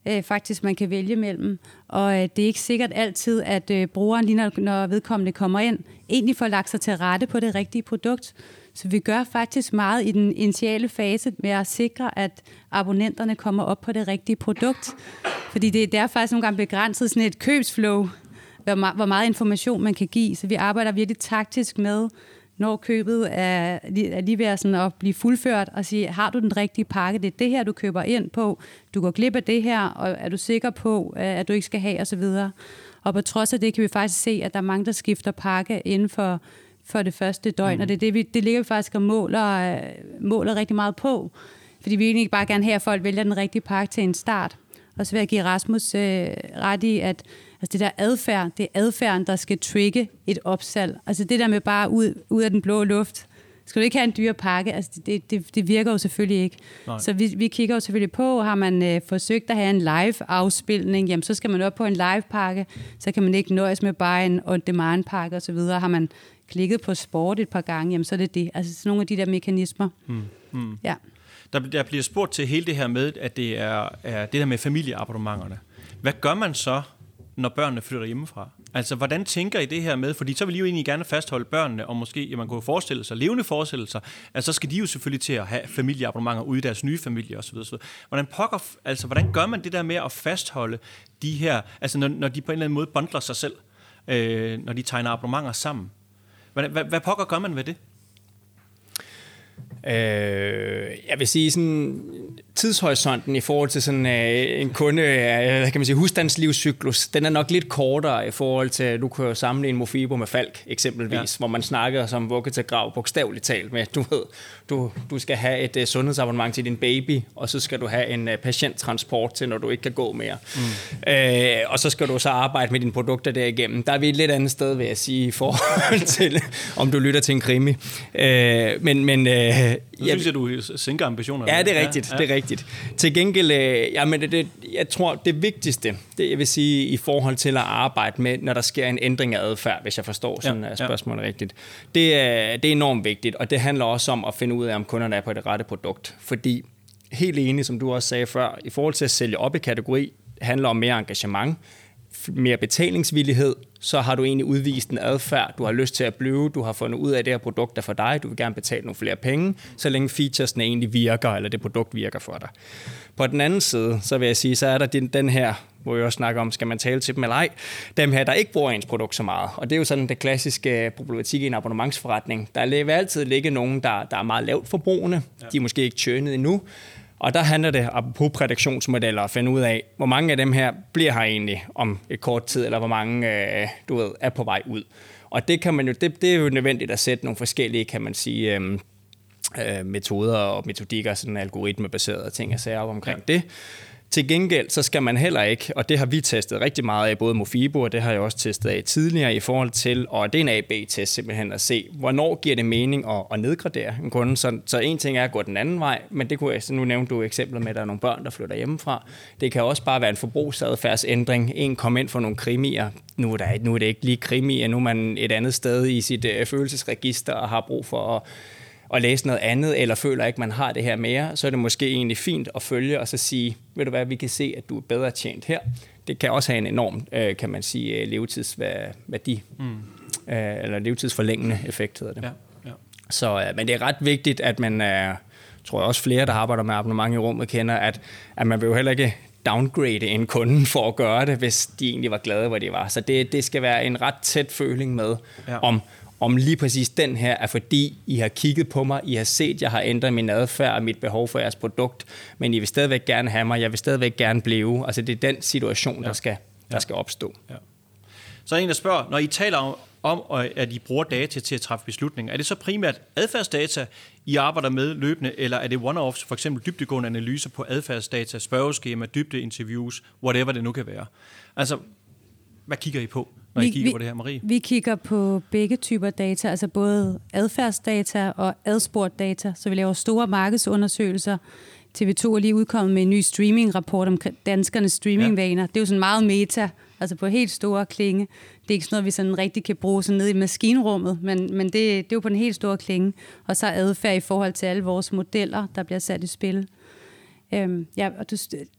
øh, faktisk, man kan vælge mellem. Og øh, det er ikke sikkert altid, at øh, brugeren, lige når, når vedkommende kommer ind, egentlig får lagt sig til rette på det rigtige produkt. Så vi gør faktisk meget i den initiale fase med at sikre, at abonnenterne kommer op på det rigtige produkt. Fordi det, det er faktisk nogle gange begrænset sådan et købsflow, hvor meget, hvor meget information man kan give. Så vi arbejder virkelig taktisk med, når købet er, er lige ved sådan at blive fuldført, og sige, har du den rigtige pakke? Det er det her, du køber ind på. Du går glip af det her, og er du sikker på, at du ikke skal have, osv. Og på trods af det kan vi faktisk se, at der er mange, der skifter pakke inden for, for det første døgn, mm. og det, er det, vi, det ligger vi faktisk og måler, måler rigtig meget på. Fordi vi egentlig bare gerne have, at folk vælger den rigtige pakke til en start. Og så vil jeg give Rasmus øh, ret i, at altså det der adfærd, det er adfærden, der skal trigge et opsalg. Altså det der med bare ud, ud af den blå luft. Skal du ikke have en dyre pakke? Altså det, det, det virker jo selvfølgelig ikke. Nej. Så vi, vi kigger jo selvfølgelig på, har man øh, forsøgt at have en live-afspilning, jamen så skal man op på en live-pakke, så kan man ikke nøjes med bare en on-demand-pakke osv. Har man klikket på sport et par gange, jamen så er det det. Altså sådan nogle af de der mekanismer. Mm. Mm. Ja. Der, der bliver spurgt til hele det her med, at det er, er det der med familieabonnementerne. Hvad gør man så, når børnene flytter hjemmefra? Altså, hvordan tænker I det her med? Fordi så vil I jo egentlig gerne fastholde børnene, og måske, ja, man kunne forestille sig, levende forestillelser, altså så skal de jo selvfølgelig til at have familieabonnementer ude i deres nye familie osv. osv. Hvordan pokker, altså, hvordan gør man det der med at fastholde de her, altså når, når de på en eller anden måde bundler sig selv, øh, når de tegner abonnementer sammen? Hvad, hvad, hvad pokker gør man ved det? Øh, jeg vil sige sådan tidshorisonten i forhold til sådan øh, en kunde, øh, kan man sige husstandslivscyklus, den er nok lidt kortere i forhold til, at du kan sammenligne Mofibo med Falk eksempelvis, ja. Hvor man snakker som vugge til grav, bogstaveligt talt med, du ved, du, du skal have et uh, sundhedsabonnement til din baby, og så skal du have en uh, patienttransport til, når du ikke kan gå mere. Mm. Øh, og så skal du så arbejde med dine produkter derigennem. Der er vi et lidt andet sted, vil jeg sige, i forhold til, om du lytter til en krimi. Øh, men, men øh, Nu synes jeg, du sænker ambitionerne. Ja, det er rigtigt. Ja, ja. Det er rigtigt. Til gengæld, øh, jamen det, det, jeg tror, det vigtigste, det jeg vil sige, i forhold til at arbejde med, når der sker en ændring af adfærd, hvis jeg forstår sådan ja, spørgsmålet ja. rigtigt, det er, det er enormt vigtigt, og det handler også om at finde ud af, om kunderne er på det rette produkt. Fordi, helt enig, som du også sagde før, i forhold til at sælge op i kategori, handler om mere engagement, mere betalingsvillighed, så har du egentlig udvist en adfærd, du har lyst til at blive, du har fundet ud af, at det her produkt er for dig, du vil gerne betale nogle flere penge, så længe featuresne egentlig virker, eller det produkt virker for dig. På den anden side, så vil jeg sige, så er der den, den her, hvor jeg også snakker om, skal man tale til dem eller ej, dem her, der ikke bruger ens produkt så meget. Og det er jo sådan det klassiske problematik i en abonnementsforretning. Der vil altid ligge nogen, der, der er meget lavt forbrugende, ja. De er måske ikke churnet endnu, og der handler det på prædiktionsmodeller at finde ud af, hvor mange af dem her bliver her egentlig om et kort tid, eller hvor mange øh, du ved, er på vej ud. Og det, kan man jo, det, det er jo nødvendigt at sætte nogle forskellige, kan man sige, øh, øh, metoder og metodikker, sådan algoritmebaserede ting og sager op omkring ja. det. Til gengæld, så skal man heller ikke, og det har vi testet rigtig meget af, både Mofibo, og det har jeg også testet af tidligere, i forhold til, og det er en A B-test simpelthen, at se, hvornår giver det mening at, at nedgradere en kunde. Så, så en ting er at gå den anden vej, men det kunne jeg, så nu nævnte du eksempler med, at der er nogle børn, der flytter hjemmefra. Det kan også bare være en forbrugsadfærdsændring. En kom ind for nogle krimier. Nu er, der, nu er det ikke lige krimier, nu er man et andet sted i sit øh, følelsesregister og har brug for at og læse noget andet, eller føler ikke, man har det her mere, så er det måske egentlig fint at følge og så sige, ved du hvad, vi kan se, at du er bedre tjent her. Det kan også have en enorm, øh, kan man sige, levetidsværdi, mm. øh, eller levetidsforlængende effekt, hedder det. Ja, ja. Så, øh, men det er ret vigtigt, at man, øh, tror jeg også flere, der arbejder med abonnement i rummet, kender, at, at man vil jo heller ikke downgrade en kunde for at gøre det, hvis de egentlig var glade, hvor de var. Så det, det skal være en ret tæt føling med, ja. om om lige præcis den her er, fordi I har kigget på mig, I har set, jeg har ændret min adfærd og mit behov for jeres produkt, men I vil stadigvæk gerne have mig, jeg vil stadigvæk gerne blive. Altså det er den situation, der, ja. skal, der ja. skal opstå. Ja. Så er en, der spørger, når I taler om, om, at I bruger data til at træffe beslutninger, er det så primært adfærdsdata, I arbejder med løbende, eller er det one-offs, for eksempel dybdegående analyser på adfærdsdata, spørgeskema, dybdeinterviews, whatever det nu kan være? Altså, hvad kigger I på, når vi, I kigger vi, på det her, Marie? Vi kigger på begge typer data, altså både adfærdsdata og adspurgt data, så vi laver store markedsundersøgelser. T V to er lige udkommet med en ny streamingrapport om danskernes streamingvaner. Ja. Det er jo sådan meget meta, altså på helt store klinge. Det er ikke sådan noget, vi sådan rigtig kan bruge sådan ned i maskinrummet, men, men det, det er jo på den helt store klinge. Og så adfærd i forhold til alle vores modeller, der bliver sat i spil. Øhm, ja, og du,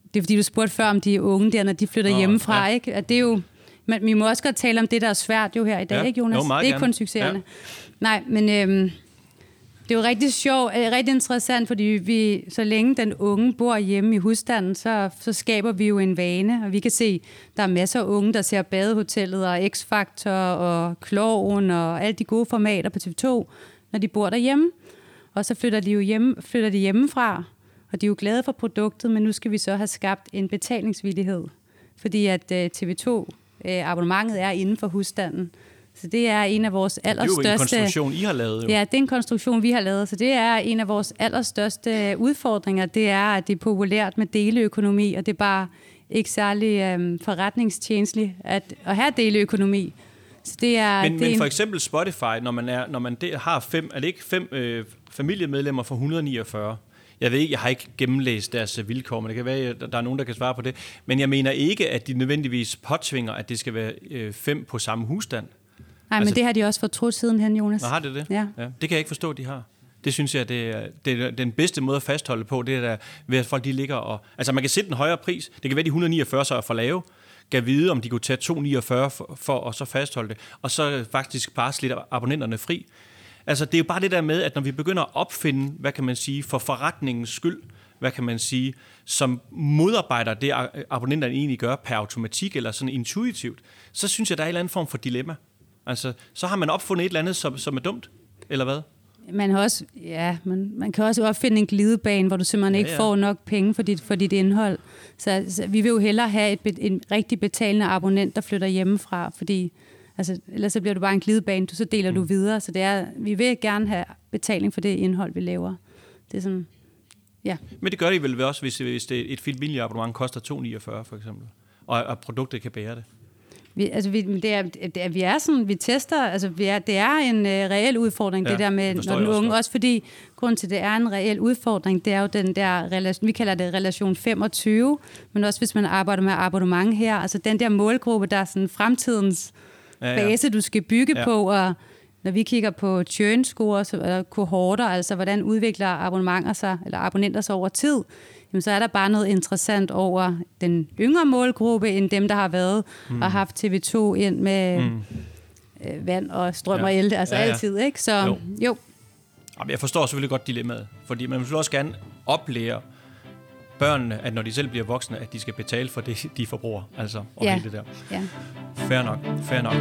det er fordi, du spurgte før om de unge der, når de flytter oh, hjemmefra, ja. ikke? At det er jo, men vi må også godt tale om det, der er svært jo her i dag, ja. ikke Jonas? Jo, det er ikke gerne. kun succeserne. Ja. Nej, men øhm, det er jo rigtig sjovt, rigtig interessant, fordi vi, så længe den unge bor hjemme i husstanden, så, så skaber vi jo en vane, og vi kan se, der er masser af unge, der ser Badehotellet og X-Factor og Kloven og alle de gode formater på T V to, når de bor derhjemme. Og så flytter de jo hjemme, flytter de hjemmefra, og de er jo glade for produktet, men nu skal vi så have skabt en betalingsvillighed, fordi at uh, T V to-abonnementet uh, er inden for husstanden. Så det er en af vores allerstørste... Det er jo en konstruktion, I har lavet. Jo. Ja, det er en konstruktion, vi har lavet. Så det er en af vores allerstørste udfordringer. Det er, at det er populært med deleøkonomi, og det er bare ikke særlig øhm, forretningstjenestligt at, at have deleøkonomi. Så det er, men, det men en... for eksempel Spotify, når man, er, når man de, har fem, er det ikke fem øh, familiemedlemmer for et hundrede og niogfyrre? Jeg ved ikke, jeg har ikke gennemlæst deres vilkår, men det kan være, at der er nogen, der kan svare på det. Men jeg mener ikke, at de nødvendigvis påtvinger, at det skal være øh, fem på samme husstand. Nej, altså, men det har de også fortrudt siden hen, Jonas. Nå, har det det? Ja. Ja. Det kan jeg ikke forstå, de har. Det synes jeg, det er, det er den bedste måde at fastholde på, det er der, ved at folk de ligger og... Altså man kan sætte en højere pris. Det kan være, de et hundrede og niogfyrre så er for lave. Kan vide, om de kunne tage to hundrede og niogfyrre for, for at så fastholde det. Og så faktisk bare slitte abonnenterne fri. Altså det er jo bare det der med, at når vi begynder at opfinde, hvad kan man sige, for forretningens skyld, hvad kan man sige, som modarbejder det, abonnenterne egentlig gør per automatik eller sådan intuitivt, så synes jeg, der er en eller anden form for dilemma. Altså, så har man opfundet et eller andet, som, som er dumt, eller hvad? Man har også, ja, man, man kan også opfinde en glidebane, hvor du simpelthen ja, ikke ja. får nok penge for dit, for dit indhold. Så, så vi vil jo hellere have et, en rigtig betalende abonnent, der flytter hjemmefra, fordi altså, ellers så bliver du bare en glidebane, du, så deler mm. du videre. Så det er, vi vil gerne have betaling for det indhold, vi laver. Det er sådan, ja. Men det gør de vel også, hvis, hvis det, et filmabonnement koster to hundrede og niogfyrre for eksempel, og, og produktet kan bære det. Vi, altså vi, det er, det er, vi er sådan, vi tester, altså vi er, det er en uh, reel udfordring, ja, det der med, når den unge, også fordi, grund til, det er en reel udfordring, det er jo den der, relation, vi kalder det relation femogtyve, men også hvis man arbejder med abonnement her, altså den der målgruppe, der er sådan fremtidens ja, ja. base, du skal bygge ja. på, og når vi kigger på churn scores, eller kohorter, altså hvordan udvikler abonnementer sig, eller abonnenter sig over tid, jamen, så er der bare noget interessant over den yngre målgruppe, end dem, der har været mm. og haft T V to ind med mm. øh, vand og strøm ja. og el, altså ja, ja. altid, ikke? Så jo. jo. Jamen, jeg forstår selvfølgelig godt dilemmaet, fordi man vil også gerne oplære børnene, at når de selv bliver voksne, at de skal betale for det, de forbruger, altså, og ja. hele det der. Ja. Fair nok, fair nok.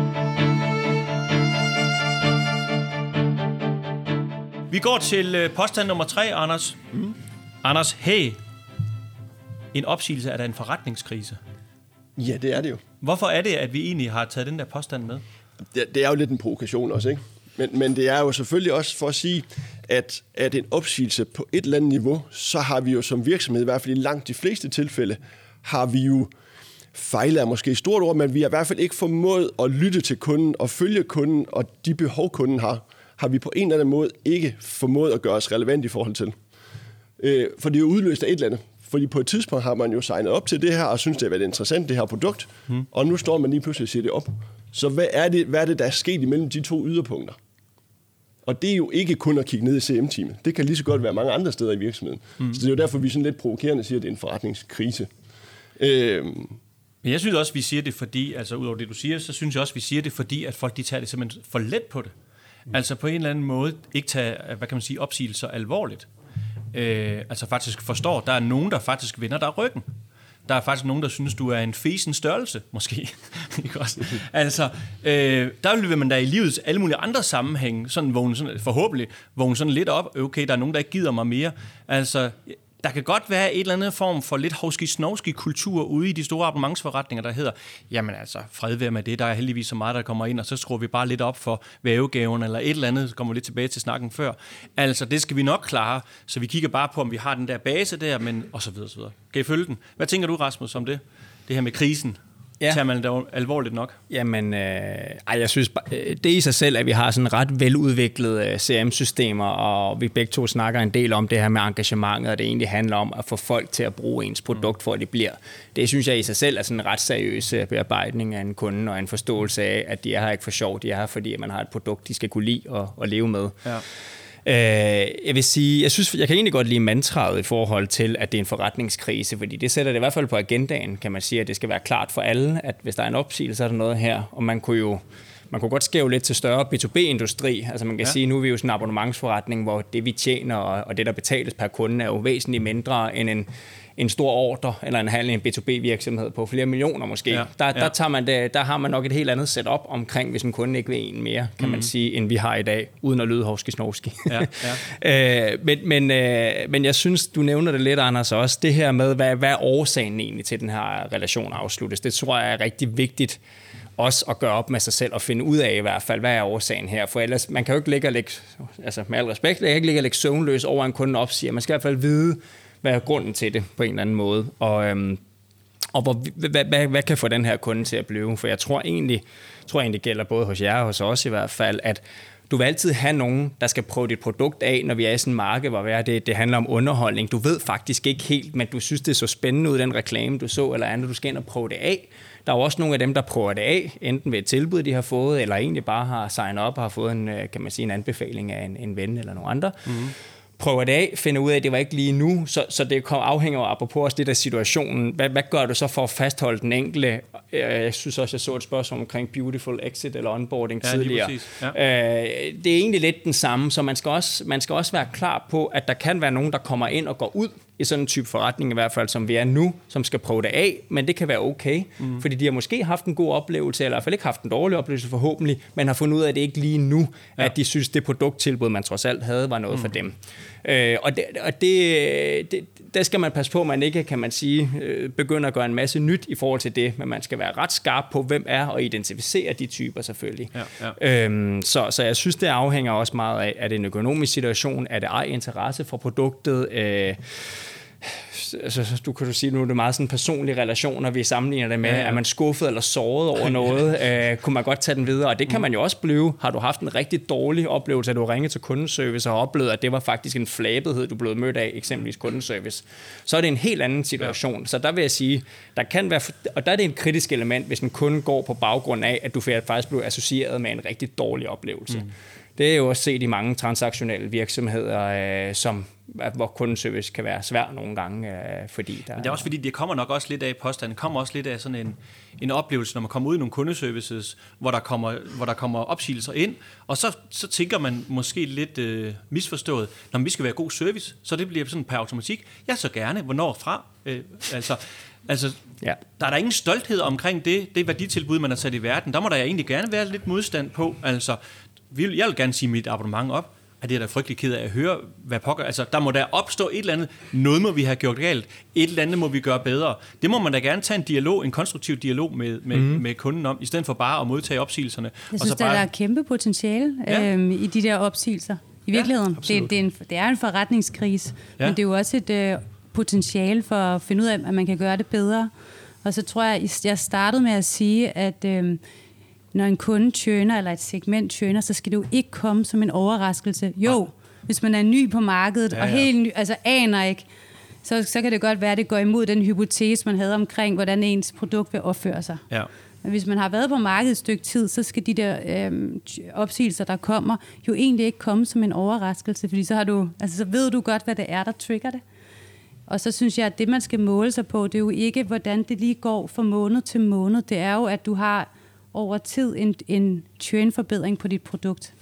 Vi går til påstand nummer tre, Anders. Mm. Anders, hey, en opsigelse er da en forretningskrise. Ja, det er det jo. Hvorfor er det, at vi egentlig har taget den der påstand med? Det, det er jo lidt en provokation også, ikke? Men, men det er jo selvfølgelig også for at sige, at, at en opsigelse på et eller andet niveau, så har vi jo som virksomhed, i hvert fald i langt de fleste tilfælde, har vi jo fejlet er måske et stort ord, men vi har i hvert fald ikke formået at lytte til kunden og følge kunden, og de behov, kunden har, har vi på en eller anden måde ikke formået at gøre os relevant i forhold til. Øh, for det er jo udløst af et eller andet. Fordi på et tidspunkt har man jo signet op til det her, og synes, det har været interessant, det her produkt, hmm. og nu står man lige pludselig og siger det op. Så hvad er det, hvad er det, der er sket imellem de to yderpunkter? Og det er jo ikke kun at kigge ned i C M-teamet. Det kan lige så godt være mange andre steder i virksomheden. Hmm. Så det er jo derfor, vi sådan lidt provokerende siger, at det er en forretningskrise. Øh, Men jeg synes også, vi siger det, fordi, altså udover det, du siger, så synes jeg også, vi siger det, fordi, at folk de tager det simpelthen for let på det. Mm. Altså på en eller anden måde ikke tage, hvad kan man sige, opsigelser alvorligt. Øh, altså faktisk forstår, der er nogen, der faktisk vender der ryggen. Der er faktisk nogen, der synes, du er en fesen størrelse, måske. Ikke også? Altså, øh, der vil man da i livets alle mulige andre sammenhænge, sådan vågne, sådan, forhåbentlig vågne sådan lidt op. Okay, der er nogen, der ikke gider mig mere. Altså, der kan godt være et eller andet form for lidt hovski-snovski kultur ude i de store abonnementsforretninger, der hedder, jamen altså, fred være med det, der er heldigvis så meget, der kommer ind, og så skruer vi bare lidt op for vævegaven, eller et eller andet, så kommer vi lidt tilbage til snakken før. Altså, det skal vi nok klare, så vi kigger bare på, om vi har den der base der, men og så videre, så videre. Kan I følge den? Hvad tænker du, Rasmus, om det? Det her med krisen? Ja. Tager man det alvorligt nok? Jamen, øh, ej, jeg synes, det i sig selv, at vi har sådan ret veludviklede C R M-systemer, og vi begge to snakker en del om det her med engagementet, og det egentlig handler om at få folk til at bruge ens produkt, for at det bliver. Det synes jeg i sig selv er sådan en ret seriøs bearbejdning af en kunde, og en forståelse af, at de er her ikke for sjov, de er her, fordi man har et produkt, de skal kunne lide og, og leve med. Øh, jeg vil sige, jeg synes, jeg kan egentlig godt lide mantraet i forhold til, at det er en forretningskrise, fordi det sætter det i hvert fald på agendaen, kan man sige, at det skal være klart for alle, at hvis der er en opsigelse, så er der noget her, og man kunne jo Man kunne godt skæve lidt til større B to B-industri. Altså man kan ja. sige, nu er vi jo sådan en abonnementsforretning, hvor det vi tjener og det, der betales per kunde, er jo væsentligt mindre end en, en stor ordre eller en handel, en B to B-virksomhed på flere millioner måske. Ja. Der, ja. der, tager man det, der har man nok et helt andet setup omkring, hvis en kunde ikke vil en mere, kan mm. man sige, end vi har i dag, uden at lyde hovski-snovski. Ja. Ja. øh, men, men, øh, men jeg synes, du nævner det lidt, Anders, også. Det her med, hvad, hvad er årsagen egentlig til, den her relation afsluttes? Det tror jeg er rigtig vigtigt også at gøre op med sig selv og finde ud af i hvert fald, hvad er årsagen her. For ellers, man kan jo ikke ligge og lægge, altså med al respekt, jeg kan ikke ligge og lægge søvnløs over en kunde opsiger. Man skal i hvert fald vide, hvad er grunden til det på en eller anden måde. Og, øhm, og hvor, hvad, hvad, hvad kan få den her kunde til at blive? For jeg tror egentlig, tror egentlig det gælder både hos jer og hos os i hvert fald, at du vil altid have nogen, der skal prøve dit produkt af, når vi er i sådan en marked, hvor det, det handler om underholdning. Du ved faktisk ikke helt, men du synes, det er så spændende ud, den reklame, du så, eller andet, du skal ind og prøve det af. Der er jo også nogle af dem, der prøver det af, enten ved et tilbud, de har fået, eller egentlig bare har signet op og har fået en, kan man sige, en anbefaling af en, en ven eller nogle andre. Mm-hmm. Prøver det af, finder ud af, at det var ikke lige nu, så, så det afhænger jo apropos også det der situationen. Hvad, hvad gør du så for at fastholde den enkelte? Jeg synes også, jeg så et spørgsmål omkring beautiful exit eller onboarding ja, tidligere. Ja. Det er egentlig lidt den samme, så man skal, også, man skal også være klar på, at der kan være nogen, der kommer ind og går ud i sådan en type forretning i hvert fald, som vi er nu, som skal prøve det af, men det kan være okay, mm. fordi de har måske haft en god oplevelse, eller i hvert fald ikke haft en dårlig oplevelse forhåbentlig, men har fundet ud af, at det ikke lige nu, ja. at de synes, det produkttilbud, man trods alt havde, var noget mm. for dem. Øh, og det, og det, det, der skal man passe på, at man ikke, kan man sige, begynder at gøre en masse nyt i forhold til det, men man skal være ret skarp på, hvem er, og identificere de typer selvfølgelig. Ja, ja. Øhm, så, så jeg synes, det afhænger også meget af, er det en økonomisk situation, er det ej interesse for produktet, øh, altså, du kan du sige, nu er det meget sådan personlige relationer, vi sammenligner det med, ja, ja. Er man skuffet eller såret over noget, øh, kunne man godt tage den videre, og det kan man jo også blive. Har du haft en rigtig dårlig oplevelse, at du ringede til kundeservice og oplevet, at det var faktisk en flabethed, du blev mødt af, eksempelvis kundeservice, så er det en helt anden situation. Ja. Så der vil jeg sige, der kan være, og der er det en kritisk element, hvis en kunde går på baggrund af, at du faktisk blev associeret med en rigtig dårlig oplevelse. Mm. Det er jo også set i mange transaktionelle virksomheder, øh, som, hvor kundeservice kan være svær nogle gange, øh, fordi der... Men det er også fordi, det kommer nok også lidt af påstanden. Det kommer også lidt af sådan en, en oplevelse, når man kommer ud i nogle kundeservices, hvor der kommer, hvor der kommer opsigelser ind, og så, så tænker man måske lidt øh, misforstået, når vi skal være god service, så det bliver sådan per automatik. Jeg så gerne, hvornår fra? Øh, altså... Altså, ja. Der er der ingen stolthed omkring det, det værditilbud, man har sat i verden. Der må der egentlig gerne være lidt modstand på. Altså, jeg vil gerne sige mit abonnement op, at det er da frygtelig ked af at høre, hvad pokker. Altså, der må der opstå et eller andet. Noget må vi have gjort galt. Et eller andet må vi gøre bedre. Det må man da gerne tage en dialog, en konstruktiv dialog med, med, mm. med kunden om, i stedet for bare at modtage opsigelserne. Jeg synes, og så bare... der er kæmpe potentiale ja. øhm, i de der opsigelser. I virkeligheden. Ja, det, det, er en, det er en forretningskrise, ja. men det er jo også et... Øh, potentiale for at finde ud af, at man kan gøre det bedre. Og så tror jeg, jeg startede med at sige, at øh, når en kunde tjener, eller et segment tjener, så skal det jo ikke komme som en overraskelse. Jo, ja. hvis man er ny på markedet, ja, ja. og helt ny, altså aner ikke, så, så kan det godt være, at det går imod den hypotese, man havde omkring, hvordan ens produkt vil opføre sig. Ja. Men hvis man har været på markedet et stykke tid, så skal de der øh, opsigelser, der kommer, jo egentlig ikke komme som en overraskelse, fordi så, har du, altså, så ved du godt, hvad det er, der trigger det. Og så synes jeg, at det, man skal måle sig på, det er jo ikke, hvordan det lige går fra måned til måned. Det er jo, at du har over tid en, en churn-forbedring på dit produkt.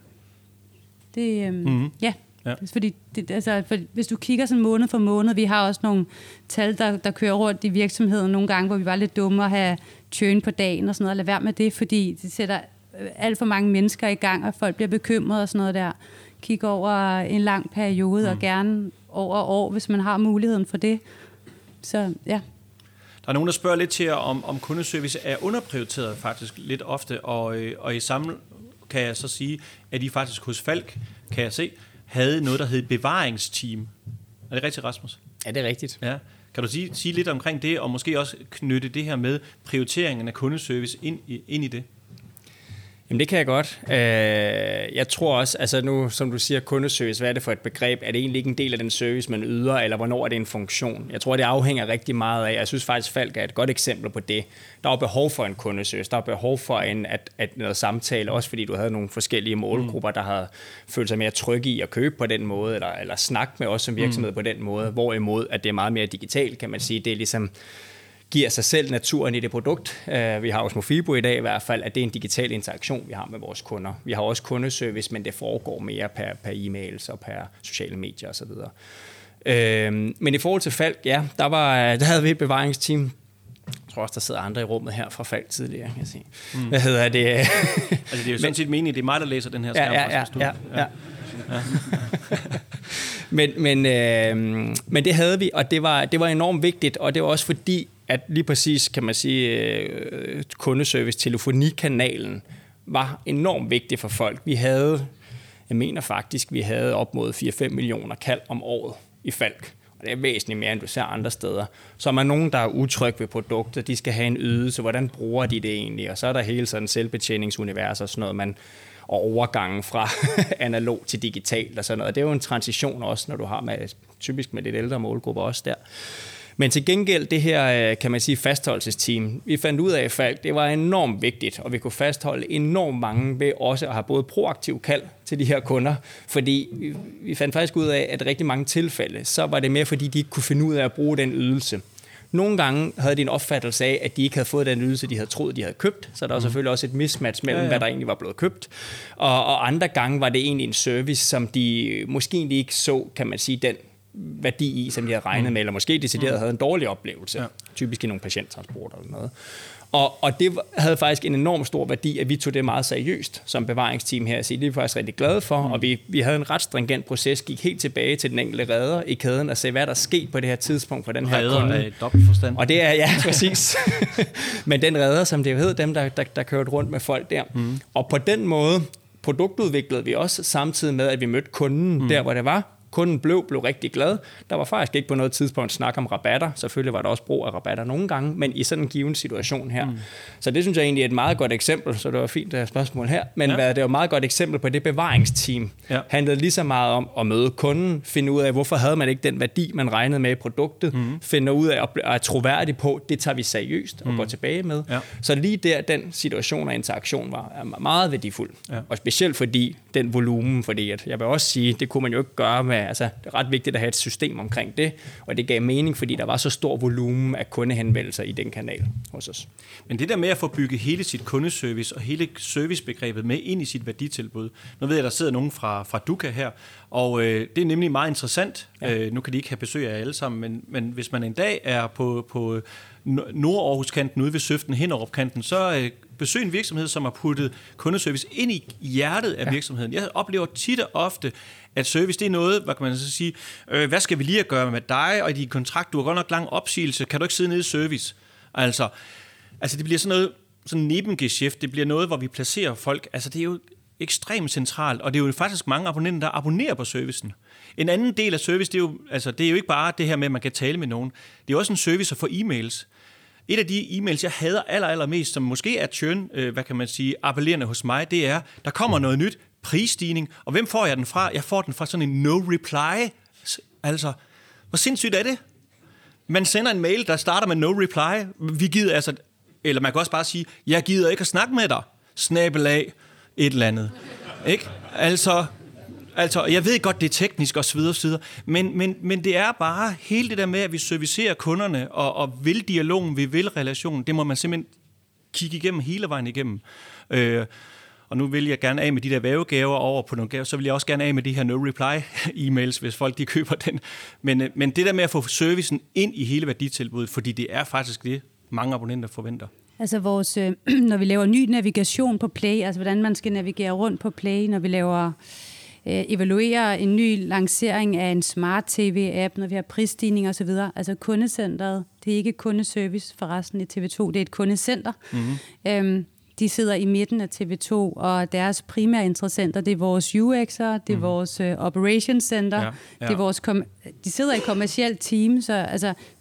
Det, øhm, mm-hmm. ja, ja. Fordi det, altså, for hvis du kigger sådan måned for måned, vi har også nogle tal, der, der kører rundt i virksomheden nogle gange, hvor vi var lidt dumme at have churn på dagen og sådan noget. Lad være med det, fordi det sætter alt for mange mennesker i gang, og folk bliver bekymrede og sådan noget der. Kig over en lang periode, mm. og gerne over år, hvis man har muligheden for det. Så ja. Der er nogen, der spørger lidt til, om, om kundeservice er underprioriteret faktisk lidt ofte, og, og i samme kan jeg så sige, at I faktisk hos Falck, kan jeg se, havde noget, der hed bevaringsteam. Er det rigtigt, Rasmus? Ja, det er rigtigt. Ja. Kan du sige, sige lidt omkring det, og måske også knytte det her med prioriteringen af kundeservice ind i, ind i det? Jamen det kan jeg godt. Øh, jeg tror også, altså nu som du siger kundeservice, hvad er det for et begreb? Er det egentlig ikke en del af den service, man yder, eller hvornår er det en funktion? Jeg tror, det afhænger rigtig meget af. Jeg synes faktisk, Falck er et godt eksempel på det. Der er behov for en kundeservice, der er behov for en, at, at noget samtale, også fordi du havde nogle forskellige målgrupper, der havde følt sig mere trygge i at købe på den måde, eller, eller snakke med os som virksomhed mm. på den måde, hvorimod at det er meget mere digitalt, kan man sige. Det er ligesom giver sig selv naturen i det produkt. Vi har hos Mofibo i dag i hvert fald, at det er en digital interaktion, vi har med vores kunder. Vi har også kundeservice, men det foregår mere per, per e-mails og per sociale medier osv. Øhm, men i forhold til Falck, ja, der, var, der havde vi et bevaringsteam. Jeg tror også, der sidder andre i rummet her fra Falck tidligere, kan jeg sige. Mm. Hvad hedder det? Altså, det er jo sådan set meningen, det er mig, der læser den her skærm. Ja, ja, ja, ja, ja. men, men, øh, men det havde vi, og det var, det var enormt vigtigt, og det var også fordi, at lige præcis, kan man sige, øh, kundeservice-telefonikanalen var enormt vigtig for folk. Vi havde, jeg mener faktisk, vi havde op mod fire til fem millioner kald om året i Falck. Og det er væsentligt mere, end du ser andre steder. Så er man nogen, der er utryg ved produkter, de skal have en ydelse, hvordan bruger de det egentlig? Og så er der hele sådan selvbetjeningsunivers og sådan noget, man, og overgangen fra analog til digitalt og sådan noget. Det er jo en transition også, når du har med, typisk med lidt ældre målgrupper også der. Men til gengæld, det her, kan man sige, fastholdelsesteam, vi fandt ud af i Falck, det var enormt vigtigt, og vi kunne fastholde enormt mange ved også at have både proaktiv kald til de her kunder, fordi vi fandt faktisk ud af, at rigtig mange tilfælde, så var det mere, fordi de ikke kunne finde ud af at bruge den ydelse. Nogle gange havde de en opfattelse af, at de ikke havde fået den ydelse, de havde troet, de havde købt, så der var selvfølgelig også et mismatch mellem, ja, ja. hvad der egentlig var blevet købt. Og, og andre gange var det egentlig en service, som de måske egentlig ikke så, kan man sige, den værdi i, som de havde regnet mm. med, eller måske decideret mm. havde en dårlig oplevelse, ja. typisk i nogle patienttransporter eller noget. Og, og det havde faktisk en enorm stor værdi, at vi tog det meget seriøst som bevaringsteam her. Så det er vi faktisk rigtig glade for, mm. og vi, vi havde en ret stringent proces, gik helt tilbage til den enkelte redder i kæden og se, hvad der skete på det her tidspunkt for den her redder kunde. Er i dobbelt forstand. Og det er, ja, præcis. Men den redder, som det jo hed, dem der, der, der kørte rundt med folk der. Mm. Og på den måde produktudviklede vi også samtidig med, at vi mødte kunden mm. der, hvor det var. Kunden blev, blev rigtig glad. Der var faktisk ikke på noget tidspunkt snak om rabatter. Selvfølgelig var der også brug af rabatter nogle gange, men i sådan en given situation her. Mm. Så det synes jeg egentlig er et meget godt eksempel, så det var fint, det spørgsmål her. Men ja. det var et meget godt eksempel på det bevaringsteam. Ja. Handlede lige så meget om at møde kunden, finde ud af, hvorfor havde man ikke den værdi, man regnede med i produktet, mm. finde ud af at være troværdig på, det tager vi seriøst og mm. går tilbage med. Ja. Så lige der, den situation og interaktion var meget værdifuld. Ja. Og specielt fordi den volumen, fordi at jeg vil også sige, det kunne man jo ikke gøre med. Altså, det er ret vigtigt at have et system omkring det, og det gav mening, fordi der var så stor volumen af kundehenvendelser i den kanal hos os. Men det der med at få bygget hele sit kundeservice og hele servicebegrebet med ind i sit værditilbud. Nu ved jeg, der sidder nogen fra, fra Duka her, og øh, det er nemlig meget interessant. Ja. Øh, nu kan de ikke have besøg af alle sammen, men, men hvis man en dag er på, på Nord-Aarhus-kanten ude ved Søften, Hinderup-kanten, så øh, besøg en virksomhed, som har puttet kundeservice ind i hjertet af ja. virksomheden. Jeg oplever tit og ofte, at service, det er noget, hvad kan man så sige, øh, hvad skal vi lige at gøre med dig, og i din kontrakt, du har godt nok lang opsigelse, kan du ikke sidde nede i service? Altså, altså det bliver sådan noget, sådan en nebengeschæft, det bliver noget, hvor vi placerer folk, altså det er jo ekstremt centralt, og det er jo faktisk mange abonnenter, der abonnerer på servicen. En anden del af service, det er jo, altså, det er jo ikke bare det her med, at man kan tale med nogen, det er også en service at få e-mails. Et af de e-mails, jeg hader aller, allermest, som måske er churn, øh, hvad kan man sige, appellerende hos mig, det er, der kommer noget nyt, prisstigning, og hvem får jeg den fra? Jeg får den fra sådan en no-reply. Altså, hvor sindssygt er det? Man sender en mail, der starter med no-reply. Vi gider altså, eller man kan også bare sige, jeg gider ikke at snakke med dig. Snabelag, et eller andet. Ikke? Altså, altså, jeg ved godt, det er teknisk og så videre, så videre, men, men, men det er bare hele det der med, at vi servicerer kunderne, og, og vil dialogen, vi vil relationen, det må man simpelthen kigge igennem hele vejen igennem. Øh, Og nu vil jeg gerne af med de der vævegaver over på nogle gaver, så vil jeg også gerne af med de her no-reply-e-mails, hvis folk de køber den. Men, men det der med at få servicen ind i hele værditilbuddet, fordi det er faktisk det, mange abonnenter forventer. Altså vores, øh, når vi laver ny navigation på Play, altså hvordan man skal navigere rundt på Play, når vi laver øh, evaluerer en ny lancering af en smart tv-app, når vi har prisstigning og så videre. Altså kundecentret, det er ikke kundeservice forresten i T V to, det er et kundecenter. Mm-hmm. Øhm, De sidder i midten af T V to, og deres primære interessenter, det er vores U X'er, det er mm. vores uh, operations center, ja, ja. Det er vores kom- de sidder i kommercielt team, så altså,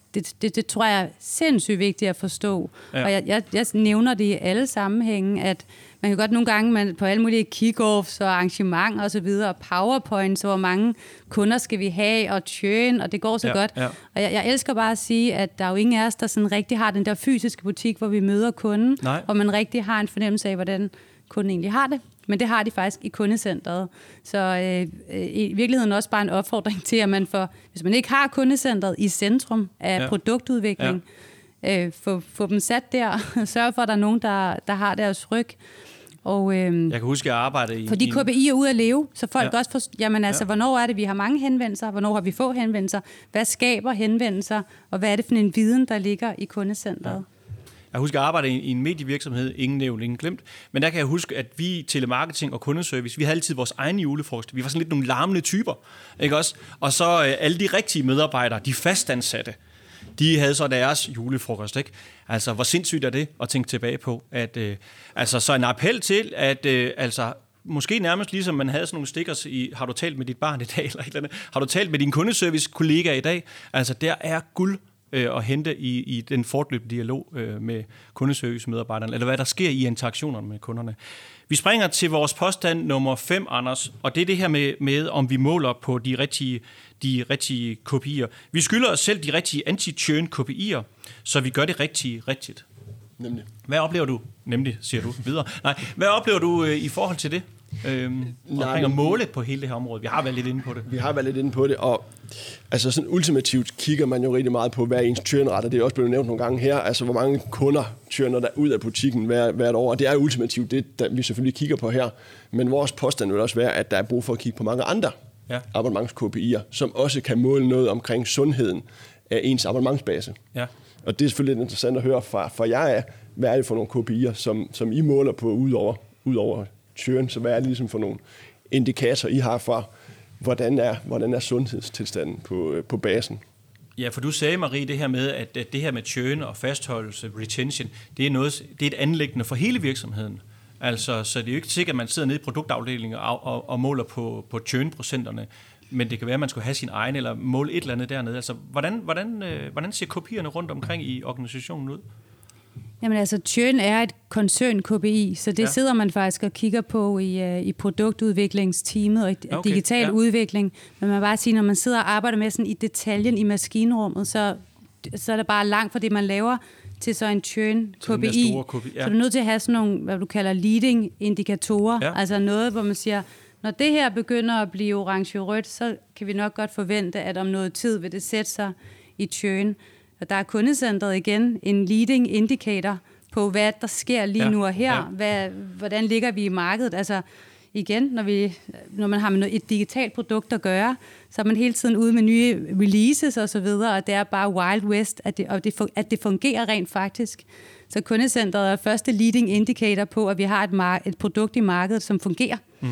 det, det, det tror jeg er sindssygt vigtigt at forstå. Ja. Og jeg, jeg, jeg nævner det i alle sammenhænge, at man kan godt nogle gange man, på alle mulige kick-offs og arrangementer og så videre, og powerpoints, hvor mange kunder skal vi have, og churn, og det går så ja, godt. Ja. Og jeg, jeg elsker bare at sige, at der er jo ingen af os, der sådan rigtig har den der fysiske butik, hvor vi møder kunden, Nej. og man rigtig har en fornemmelse af, hvordan kunden egentlig har det. Men det har de faktisk i kundecentret. Så øh, i virkeligheden også bare en opfordring til, at man får, hvis man ikke har kundecentret i centrum af ja. produktudvikling, ja. øh, få, få dem sat der, sørge for, at der er nogen, der, der har deres ryg. Og, øh, jeg kan huske, at jeg arbejdede i... Fordi K P I er ude at leve, så folk ja. også forstår, jamen altså, ja. hvornår er det, vi har mange henvendelser, hvornår har vi få henvendelser, hvad skaber henvendelser, og hvad er det for en viden, der ligger i kundecentret. Ja. Jeg husker, at jeg arbejdede i en medievirksomhed, ingen nævnt, ingen glemt, men der kan jeg huske, at vi telemarketing og kundeservice, vi havde altid vores egen julefrokost. Vi var sådan lidt nogle larmende typer, ikke også? Og så øh, alle de rigtige medarbejdere, de fastansatte, de havde så deres julefrokost, ikke? Altså, hvor sindssygt er det at tænke tilbage på, at øh, altså, så en appel til, at øh, altså, måske nærmest ligesom man havde sådan nogle stickers i, har du talt med dit barn i dag, eller et eller andet, har du talt med din kundeservice-kollega i dag? Altså, der er guld øh, at hente i, i den fortløbende dialog øh, med kundeservice-medarbejderne, eller hvad der sker i interaktionerne med kunderne. Vi springer til vores påstand nummer fem, Anders, og det er det her med, med om vi måler på de rigtige, de rigtige K P I'er. Vi skylder os selv de rigtige anti-churn K P I'er, så vi gør det rigtige rigtigt. Nemlig. Hvad oplever du? Nemlig, siger du videre. Nej, hvad oplever du øh, i forhold til det? Øhm, omkring at måle på hele det her område. Vi har været lidt inde på det. Vi har været lidt inde på det, og altså sådan ultimativt kigger man jo rigtig meget på, hvad er ens churnrate, det er også blevet nævnt nogle gange her, altså hvor mange kunder churner der ud af butikken hver, hvert år, og det er ultimativt det, der vi selvfølgelig kigger på her, men vores påstand vil også være, at der er brug for at kigge på mange andre ja. abonnements K P I'er, som også kan måle noget omkring sundheden af ens abonnementsbase. Ja. Og det er selvfølgelig lidt interessant at høre fra, fra jer af, hvad er det for nogle K P I'er, som, som I måler på ud over, ud over churn, så hvad er det ligesom for nogle indikatorer, I har fra, hvordan er, hvordan er sundhedstilstanden på, på basen? Ja, for du sagde, Marie, det her med, at det her med churn og fastholdelse, retention, det er, noget, det er et anliggende for hele virksomheden. Altså, så det er jo ikke sikkert, at man sidder nede i produktafdelingen og, og, og måler på, på churn-procenterne, men det kan være, at man skulle have sin egen, eller måle et eller andet dernede. Altså, hvordan, hvordan, øh, hvordan ser K P I'erne rundt omkring i organisationen ud? Jamen altså, churn er et koncern K P I, så det ja. sidder man faktisk og kigger på i, uh, i produktudviklingsteamet og i okay. digital ja. udvikling. Men man bare sige, når man sidder og arbejder med sådan i detaljen i maskinrummet, så, så er det bare langt fra det, man laver til så en churn K P I. K P I ja. Så du er nødt til at have sådan nogle, hvad du kalder leading indikatorer. Ja. Altså noget, hvor man siger, når det her begynder at blive orange-rødt, så kan vi nok godt forvente, at om noget tid vil det sætte sig i churn. Og der er kundecentret igen en leading indicator på, hvad der sker lige ja, nu og her. Ja. Hvad, hvordan ligger vi i markedet? Altså igen, når, vi, når man har med et digitalt produkt at gøre, så er man hele tiden ude med nye releases og så videre, og det er bare Wild West, at det, og det, at det fungerer rent faktisk. Så kundecentret er første leading indicator på, at vi har et, mar- et produkt i markedet, som fungerer. Mm.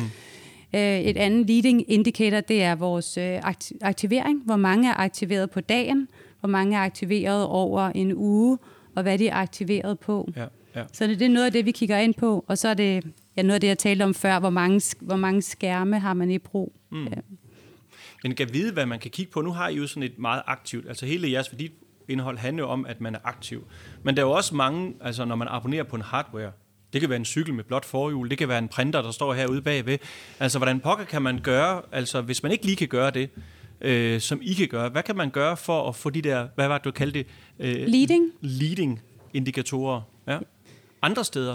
Et andet leading indicator, det er vores aktivering. Hvor mange er aktiveret på dagen, hvor mange er aktiveret over en uge, og hvad de er aktiveret på. Ja, ja. Så det er noget af det, vi kigger ind på. Og så er det ja, noget af det, jeg talte om før, hvor mange, hvor mange skærme har man i brug. Mm. Ja. Men kan vide, hvad man kan kigge på. Nu har I jo sådan et meget aktivt, altså hele jeres værdiindhold handler jo om, at man er aktiv. Men der er jo også mange, altså når man abonnerer på en hardware, det kan være en cykel med blåt forhjul, det kan være en printer, der står herude bagved. Altså, hvordan pokker kan man gøre, altså hvis man ikke lige kan gøre det, øh, som I kan gøre, hvad kan man gøre for at få de der, hvad var det, du kaldte det? Øh, leading. Leading-indikatorer. Ja. Andre steder?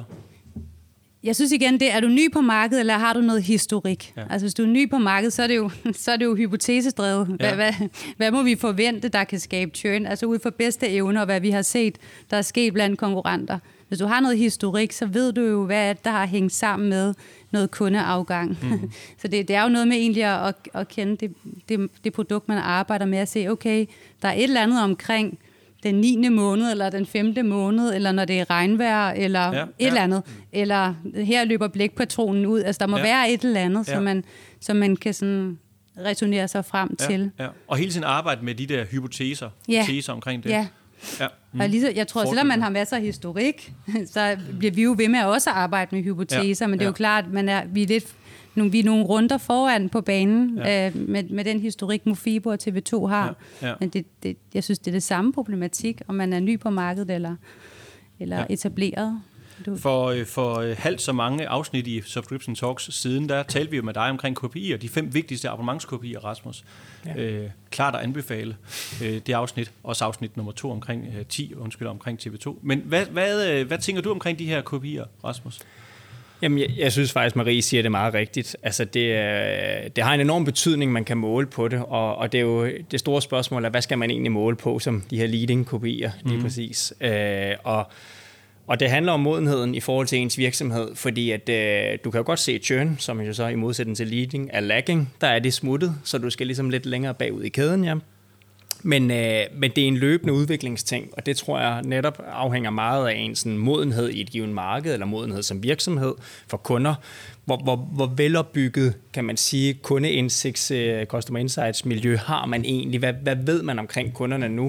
Jeg synes igen, det er du ny på markedet, eller har du noget historik? Ja. Altså, hvis du er ny på markedet, så er det jo, så er det jo hypotesesdrevet. Hvad, ja. hvad, hvad må vi forvente, der kan skabe churn? Altså ud fra bedste evner, og hvad vi har set, der er sket blandt konkurrenter. Hvis du har noget historik, så ved du jo, hvad der har hængt sammen med noget kundeafgang. Mm. Så det, det er jo noget med egentlig at, at kende det, det, det produkt, man arbejder med, at se, okay, der er et eller andet omkring den niende måned, eller den femte måned, eller når det er regnvejr, eller ja, et ja. eller andet. Eller her løber blækpatronen ud. Altså, der må ja. være et eller andet, ja. som, man, som man kan sådan returnere sig frem ja, til. Ja. Og hele tiden arbejde med de der hypoteser, ja. teser omkring det. Ja. Ja. Mm. Og lige, jeg tror, at selvom man har masser af historik, så bliver vi jo ved med at også arbejde med hypoteser, ja. men det er jo ja. klart, at man er, vi er lidt, nogle, vi er nogle runder foran på banen, ja. øh, med, med den historik, Mofibo og T V to har. Ja. Ja. Men det, det, jeg synes, det er det samme problematik, om man er ny på markedet eller, eller ja. etableret. Du. For, for halvt så mange afsnit i Subscription Talks siden, der talte vi jo med dig omkring K P I'er, de fem vigtigste abonnementsk-K P I'er, Rasmus. Ja. Øh, klart at anbefale øh, det afsnit, også afsnit nummer to omkring øh, ti, undskyld, omkring T V to. Men hvad, hvad, øh, hvad tænker du omkring de her K P I'er, Rasmus? Jamen, jeg, jeg synes faktisk, Marie siger det meget rigtigt. Altså, det, øh, det har en enorm betydning, man kan måle på det, og, og det er jo det store spørgsmål, er, hvad skal man egentlig måle på, som de her leading K P I'er, lige mm. præcis. Øh, og Og det handler om modenheden i forhold til ens virksomhed, fordi at, øh, du kan jo godt se churn, som jo så i modsætning til leading er lagging, der er det smuttet, så du skal ligesom lidt længere bagud i kæden, ja. Men, øh, men det er en løbende udviklingsting, og det tror jeg netop afhænger meget af ens sådan, modenhed i et givet marked, eller modenhed som virksomhed for kunder. Hvor, hvor, hvor velopbygget, kan man sige, kundeindsigts, uh, customer insights miljø har man egentlig? Hvad, hvad ved man omkring kunderne nu?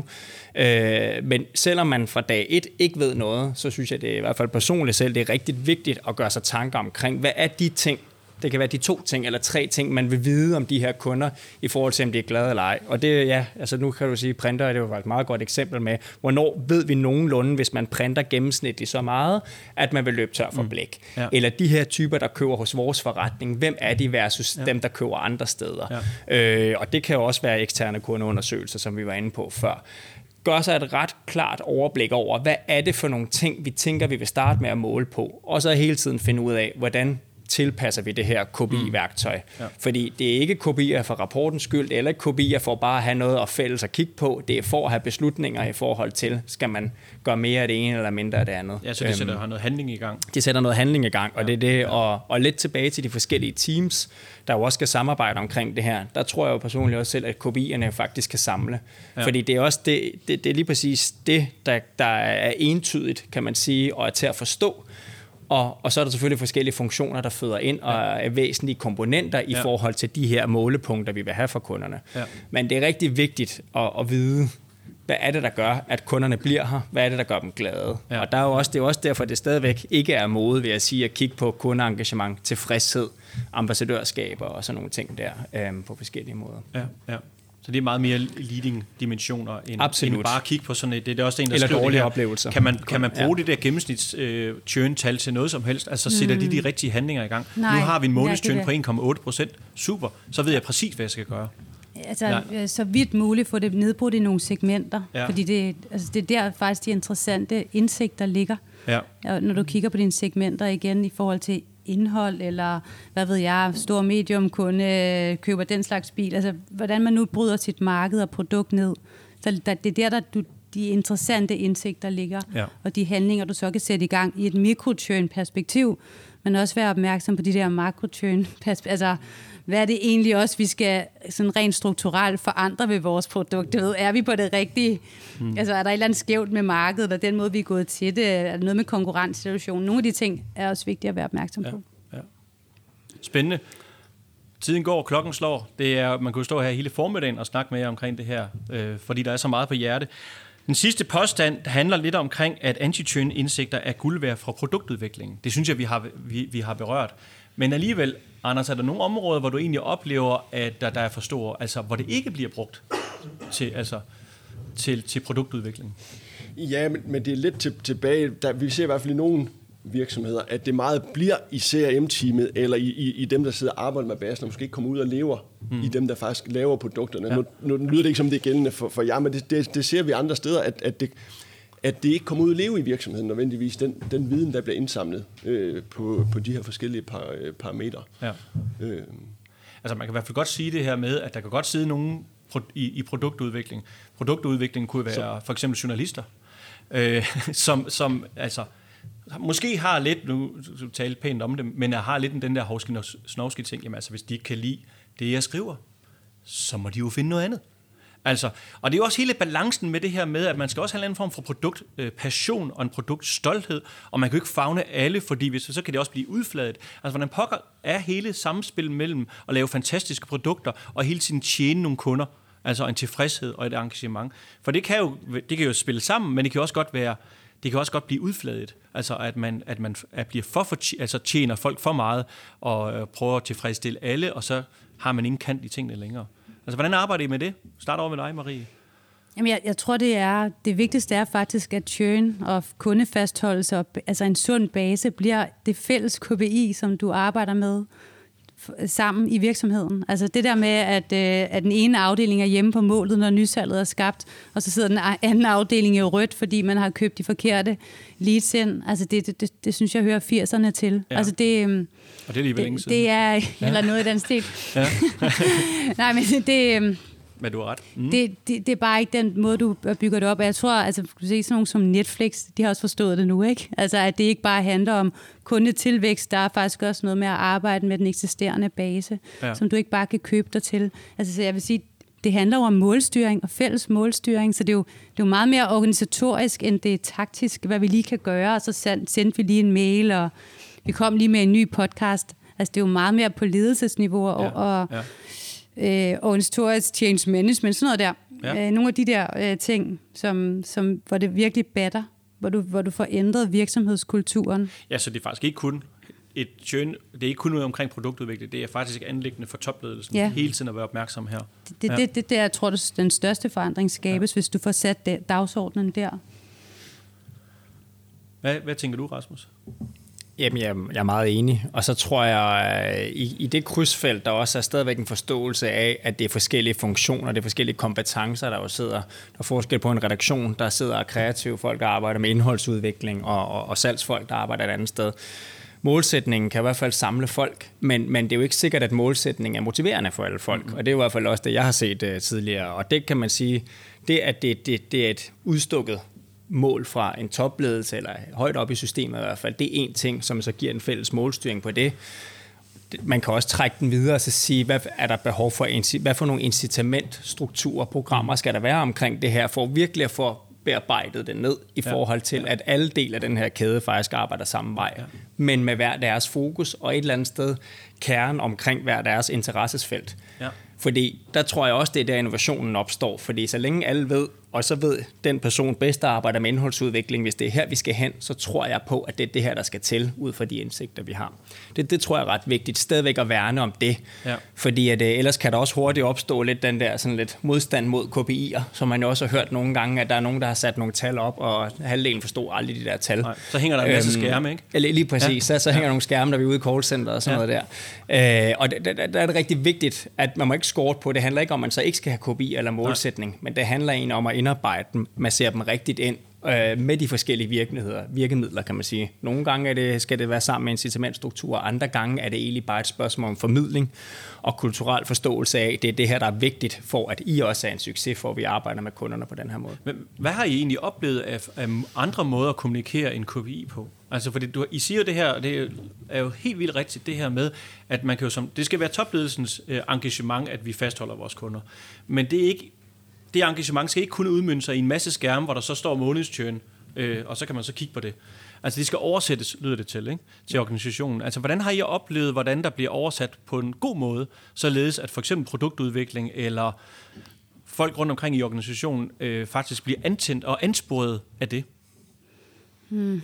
Uh, men selvom man fra dag et ikke ved noget, så synes jeg, det er i hvert fald personligt selv, det er rigtig vigtigt at gøre sig tanker omkring, hvad er de ting, det kan være de to ting eller tre ting, man vil vide om de her kunder, i forhold til, om de er glade eller ej. Og det, ja, altså nu kan du sige, printer, det er jo et meget godt eksempel med, hvornår ved vi nogenlunde, hvis man printer gennemsnitligt så meget, at man vil løbe tør for blæk. Mm. Ja. Eller de her typer, der køber hos vores forretning, hvem er de versus ja. dem, der køber andre steder. Ja. Øh, og det kan jo også være eksterne kundeundersøgelser, som vi var inde på før. Gør sig et ret klart overblik over, hvad er det for nogle ting, vi tænker, vi vil starte med at måle på. Og så hele tiden finde ud af, hvordan tilpasser vi det her K P I-værktøj. Mm. Ja. Fordi det er ikke K P I'er for rapportens skyld, eller K P I'er for bare at have noget at fælles at kigge på. Det er for at have beslutninger i forhold til, skal man gøre mere af det ene eller mindre af det andet. Ja, så det sætter øhm, noget handling i gang. Det sætter noget handling i gang, og ja. det er det. Og, og lidt tilbage til de forskellige teams, der jo også skal samarbejde omkring det her. Der tror jeg jo personligt også selv, at K P I'erne faktisk kan samle. Ja. Fordi det er også det, det, det er lige præcis det, der, der er entydigt, kan man sige, og er til at forstå. Og, og så er der selvfølgelig forskellige funktioner, der føder ind, og er væsentlige komponenter i ja. forhold til de her målepunkter, vi vil have for kunderne. Ja. Men det er rigtig vigtigt at, at vide, hvad er det, der gør, at kunderne bliver her? Hvad er det, der gør dem glade? Ja. Og der er jo også, det er også derfor, at det stadigvæk ikke er mode, vil jeg sige, at kigge på kundeengagement, tilfredshed, ambassadørskaber og sådan nogle ting der øhm, på forskellige måder. Ja, ja. Så det er meget mere leading dimensioner, end, end bare at kigge på sådan et. Det er også en, der eller skriver dårlige det her. Oplevelser. Kan man, kan man bruge ja. det der gennemsnits øh, churn-tal til noget som helst? Altså sætter mm. de de rigtige handlinger i gang? Nej, nu har vi en månedschurn på en komma otte procent. Super. Så ved jeg præcis, hvad jeg skal gøre. Altså, ja. så vidt muligt få det nedbrudt i nogle segmenter. Ja. Fordi det, altså, det er der faktisk de interessante indsigter ligger. Ja. Når du kigger på dine segmenter igen i forhold til indhold, eller hvad ved jeg, stor medium kunde køber den slags bil. Altså, hvordan man nu bryder sit marked og produkt ned. Så der, det er der, der du, de interessante indsigter ligger, ja. og de handlinger, du så kan sætte i gang i et mikrochurn-perspektiv, men også være opmærksom på de der makrochurn-perspektiv. Altså, hvad er det egentlig også, vi skal sådan rent strukturelt forandre ved vores produkt? Du ved, er vi på det rigtige? Hmm. Altså, er der et eller andet skævt med markedet, og den måde, vi er gået til det? Er der noget med konkurrencesituationen? Nogle af de ting er også vigtige at være opmærksom på. Ja, ja. Spændende. Tiden går, klokken slår. Det er, man kunne stå her hele formiddagen og snakke med jer omkring det her, øh, fordi der er så meget på hjerte. Den sidste påstand handler lidt omkring, at anti-churn-indsigter er guld værd fra produktudviklingen. Det synes jeg, vi har, vi, vi har berørt. Men alligevel, Anders, er der nogle områder, hvor du egentlig oplever, at der, der er for store, altså hvor det ikke bliver brugt til, altså, til, til produktudvikling? Ja, men, men det er lidt til, tilbage. Der, vi ser i hvert fald i nogle virksomheder, at det meget bliver i C R M-teamet, eller i, i, i dem, der sidder og arbejder med basen, og måske ikke kommer ud og lever mm. i dem, der faktisk laver produkterne. Ja. Nu, nu lyder det ikke som det er gældende for, for jer, men det, det, det ser vi andre steder, at, at, det, at det ikke kommer ud og leve i virksomheden nødvendigvis, den, den viden, der bliver indsamlet øh, på, på de her forskellige par, øh, parametre. Ja. Øh. Altså man kan i hvert fald godt sige det her med, at der kan godt sidde nogen i, i produktudvikling. Produktudvikling kunne være så. For eksempel journalister, øh, som, som altså måske har lidt, nu taler pænt om det, men jeg har lidt den der hovske-snovske ting, jamen altså hvis de ikke kan lide det, jeg skriver, så må de jo finde noget andet. Altså, og det er jo også hele balancen med det her med, at man skal også have en anden form for produktpassion og en produktstolthed, og man kan jo ikke favne alle, fordi hvis, så kan det også blive udfladet. Altså, hvordan pokker er hele samspil mellem at lave fantastiske produkter og hele tiden tjene nogle kunder, altså en tilfredshed og et engagement. For det kan jo, det kan jo spille sammen, men det kan også godt være, det kan også godt blive udfladet. Altså at man, at man at bliver for, for altså tjener folk for meget og øh, prøver at tilfredsstille alle, og så har man ingen kant i tingene længere. Altså hvordan arbejder I med det? Start over med dig, Marie. Jamen, jeg, jeg tror, det er det vigtigste er faktisk, at churn og kundefastholdelse, og, altså en sund base, bliver det fælles K P I, som du arbejder med sammen i virksomheden. Altså det der med, at, øh, at den ene afdeling er hjemme på målet, når nysalget er skabt, og så sidder den anden afdeling i rødt, fordi man har købt de forkerte leads ind. Altså det, det, det, det synes jeg hører firserne til. Ja. Altså det, øh, og det er lige længe siden. Det er, ja. Eller noget i den stil. Ja. Nej, men det... Øh, Men du har ret. Mm. Det, det, det er bare ikke den måde, du bygger det op. Jeg tror, altså, du se sådan nogle som Netflix, de har også forstået det nu, ikke? Altså, at det ikke bare handler om kundetilvækst, der er faktisk også noget med at arbejde med den eksisterende base, ja. Som du ikke bare kan købe dig til. Altså, så jeg vil sige, det handler jo om målstyring og fælles målstyring, så det er jo, det er jo meget mere organisatorisk, end det er taktisk, hvad vi lige kan gøre, og så sendte vi lige en mail, og vi kom lige med en ny podcast. Altså, det er jo meget mere på ledelsesniveau og... Ja. og ja. Øh, organisatorisk change management, sådan noget der. Ja. Øh, nogle af de der øh, ting, som, som, hvor det virkelig batter, hvor du, hvor du får ændret virksomhedskulturen. Ja, så det er faktisk ikke kun et churn, det er ikke kun noget omkring produktudvikling, det er faktisk anliggende for topledelsen, ja. Hele tiden at være opmærksom her. Det, det, ja. det, det der, jeg tror, det den største forandring skabes, ja. Hvis du får sat det, dagsordenen der. Hvad, hvad tænker du, Rasmus? Jamen, jeg, jeg er meget enig. Og så tror jeg, i, i det krydsfelt, der også er stadigvæk en forståelse af, at det er forskellige funktioner, det er forskellige kompetencer, der jo sidder. Der er forskel på en redaktion, der sidder kreative folk, der arbejder med indholdsudvikling, og, og, og salgsfolk, der arbejder et andet sted. Målsætningen kan i hvert fald samle folk, men, men det er jo ikke sikkert, at målsætningen er motiverende for alle folk. Mm-hmm. Og det er i hvert fald også det, jeg har set uh, tidligere. Og det kan man sige, det at det, det, det er et udstukket mål fra en topledelse, eller højt op i systemet i hvert fald, det er en ting, som så giver en fælles målstyring på det. Man kan også trække den videre og så sige, hvad er der behov for, hvad for nogle incitamentstrukturer, programmer skal der være omkring det her, for virkelig at få bearbejdet det ned i forhold til, at alle dele af den her kæde faktisk arbejder samme vej, men med hver deres fokus og et eller andet sted kerne omkring hver deres interessesfelt. Ja. Fordi der tror jeg også, det er der innovationen opstår, fordi så længe alle ved, og så ved den person bedst, der arbejder med indholdsudvikling, hvis det er her, vi skal hen, så tror jeg på, at det er det her, der skal til, ud fra de indsigter, vi har. Det, det tror jeg er ret vigtigt, stadigvæk at værne om det, ja. Fordi at, ellers kan der også hurtigt opstå lidt den der sådan lidt modstand mod K P I'er, som man jo også har hørt nogle gange, at der er nogen, der har sat nogle tal op, og halvdelen forstår aldrig de der tal. Nej, så hænger der en masse øhm, skærme, ikke? Eller, lige præcis, ja. så, så hænger ja. nogle skærme, der vi er ude i callcenter og sådan ja. noget der. Øh, og der, der, der er det rigtig vigtigt, at man må ikke score på, det handler ikke om, at man så ikke skal have K P I eller målsætning, Nej. men det handler egentlig om at indarbejde dem, massere dem rigtigt ind øh, med de forskellige virkemidler, virkemidler, kan man sige. Nogle gange er det, skal det være sammen med incitamentstruktur, andre gange er det egentlig bare et spørgsmål om formidling og kulturel forståelse af, det er det her, der er vigtigt for, at I også er en succes, for at vi arbejder med kunderne på den her måde. Men hvad har I egentlig oplevet af, af andre måder at kommunikere en K P I på? Altså, fordi du, I siger jo det her, og det er jo helt vildt rigtigt, det her med, at man kan jo som, det skal være topledelsens øh, engagement, at vi fastholder vores kunder. Men det er ikke, det engagement skal ikke kun udmønte sig i en masse skærme, hvor der så står månedstjørn, øh, og så kan man så kigge på det. Altså, det skal oversættes, lyder det til, ikke? Til organisationen. Altså, hvordan har I oplevet, hvordan der bliver oversat på en god måde, således at for eksempel produktudvikling eller folk rundt omkring i organisationen øh, faktisk bliver antændt og ansporet af det? Hmm.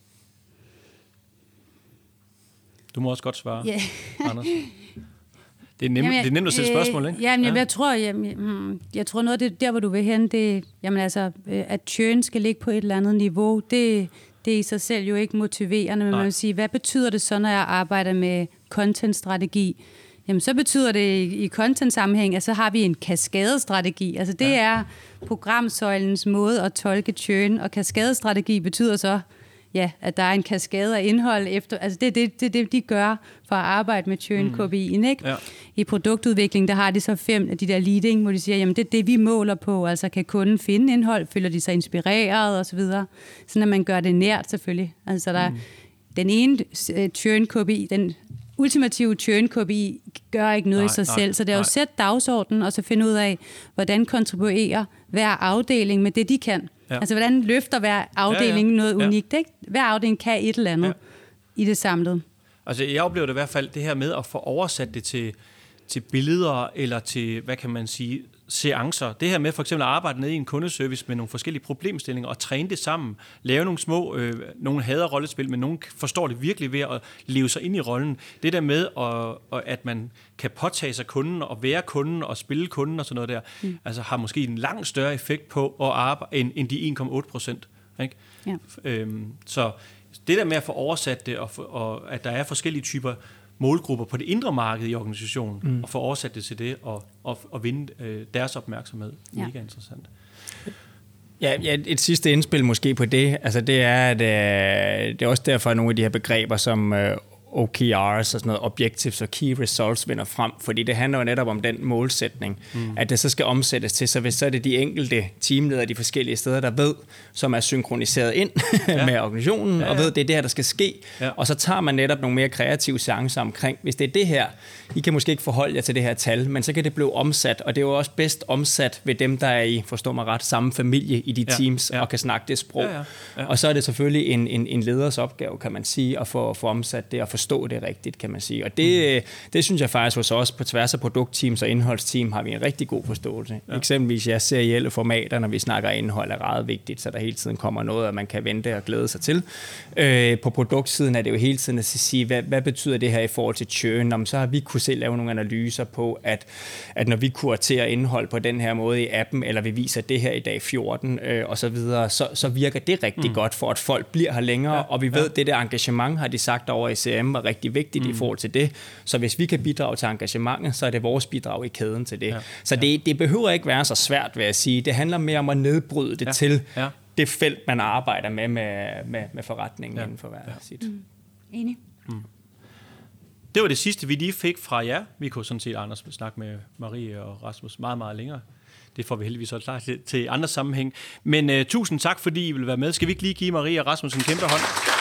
Du må også godt svare, yeah. Anders. Det er, nem, jamen, jeg, det er nemt at stille spørgsmål, ikke? Jamen, ja. jeg, tror, jeg, jeg tror noget af det, der, hvor du vil hen, det jamen, altså, at churn skal ligge på et eller andet niveau, det, det er i sig selv jo ikke motiverende, men Nej. man vil sige, hvad betyder det så, når jeg arbejder med content-strategi? Jamen, så betyder det i, i content-sammenhæng, at så har vi en kaskadestrategi. Altså, det ja. er programsøjlens måde at tolke churn, og kaskadestrategi betyder så, ja, at der er en kaskade af indhold efter, altså det er det, det, det, de gør for at arbejde med churn K P I'en, ikke? Ja. I produktudvikling, der har de så fem af de der leading, hvor de siger, jamen det er det, vi måler på, altså kan kunden finde indhold, føler de sig inspireret og så videre, sådan at man gør det nært selvfølgelig. Altså der mm. den ene churn K P I, den ultimative churn K P I gør ikke noget nej, i sig nej, selv, så det er jo at sætte dagsordenen og så finde ud af, hvordan kontribuerer hver afdeling med det, de kan. Ja. Altså, hvordan løfter hver afdeling ja, ja. noget unikt, ikke? Hver afdeling kan et eller andet ja. i det samlede. Altså, jeg oplever det i hvert fald, det her med at få oversat det til, til billeder eller til, hvad kan man sige, seancer. Det her med for eksempel at arbejde nede i en kundeservice med nogle forskellige problemstillinger og træne det sammen, lave nogle små, øh, nogle hader rollespil, men nogen forstår det virkelig ved at leve sig ind i rollen. Det der med, at, at man kan påtage sig kunden og være kunden og spille kunden og sådan noget der, mm. altså har måske en langt større effekt på at arbejde end, end de en komma otte procent. Ikke? Ja. Øhm, så det der med at få oversat det, og, for, og at der er forskellige typer målgrupper på det indre marked i organisationen, mm. og få oversat det til det, og, og, og vinde øh, deres opmærksomhed. Ja. Mega interessant. Ja, ja, et sidste indspil måske på det, altså det er, at øh, det er også derfor, at nogle af de her begreber som øh, O K R's og sådan noget, Objectives og Key Results vinder frem, fordi det handler jo netop om den målsætning, mm. at det så skal omsættes til, så hvis så er det de enkelte teamledere de forskellige steder, der ved, som er synkroniseret ind ja. med organisationen, ja, ja. og ved, det er det her, der skal ske, ja. og så tager man netop nogle mere kreative chancer omkring, hvis det er det her, I kan måske ikke forholde jer til det her tal, men så kan det blive omsat, og det er jo også bedst omsat ved dem, der er i, forstår mig ret, samme familie i de ja. teams, ja. og kan snakke det sprog. Ja, ja. Ja. Og så er det selvfølgelig en, en, en leders opgave, kan man sige, at få, få omsat det og forstå det rigtigt, kan man sige. Og det, mm. det synes jeg faktisk hos os, på tværs af produktteams og indholdsteam, har vi en rigtig god forståelse. Ja. Eksempelvis ja, serielle formater, når vi snakker indhold, er ret vigtigt, så der hele tiden kommer noget, at man kan vente og glæde sig til. Øh, på produktsiden er det jo hele tiden at sige, hvad, hvad betyder det her i forhold til churn? Om så har vi kunne se lave nogle analyser på, at, at når vi kuraterer indhold på den her måde i appen, eller vi viser det her i dag fjorten, øh, og så videre, så, så virker det rigtig mm. godt for, at folk bliver her længere, ja. og vi ved, ja. det der engagement, har de sagt over i C R M, var rigtig vigtigt mm. i forhold til det. Så hvis vi kan bidrage til engagementet, så er det vores bidrag i kæden til det. Ja. Så det, det behøver ikke være så svært, vil jeg sige. Det handler mere om at nedbryde det ja. til ja. det felt, man arbejder med med, med, med forretningen ja. inden for hver ja. sit. Mm. Enig. Mm. Det var det sidste, vi lige fik fra jer. Vi kunne sådan set, Anders, snakke med Marie og Rasmus meget, meget længere. Det får vi heldigvis også klar til, til andre sammenhæng. Men uh, tusind tak, fordi I vil være med. Skal vi ikke lige give Marie og Rasmus en kæmpe hånd?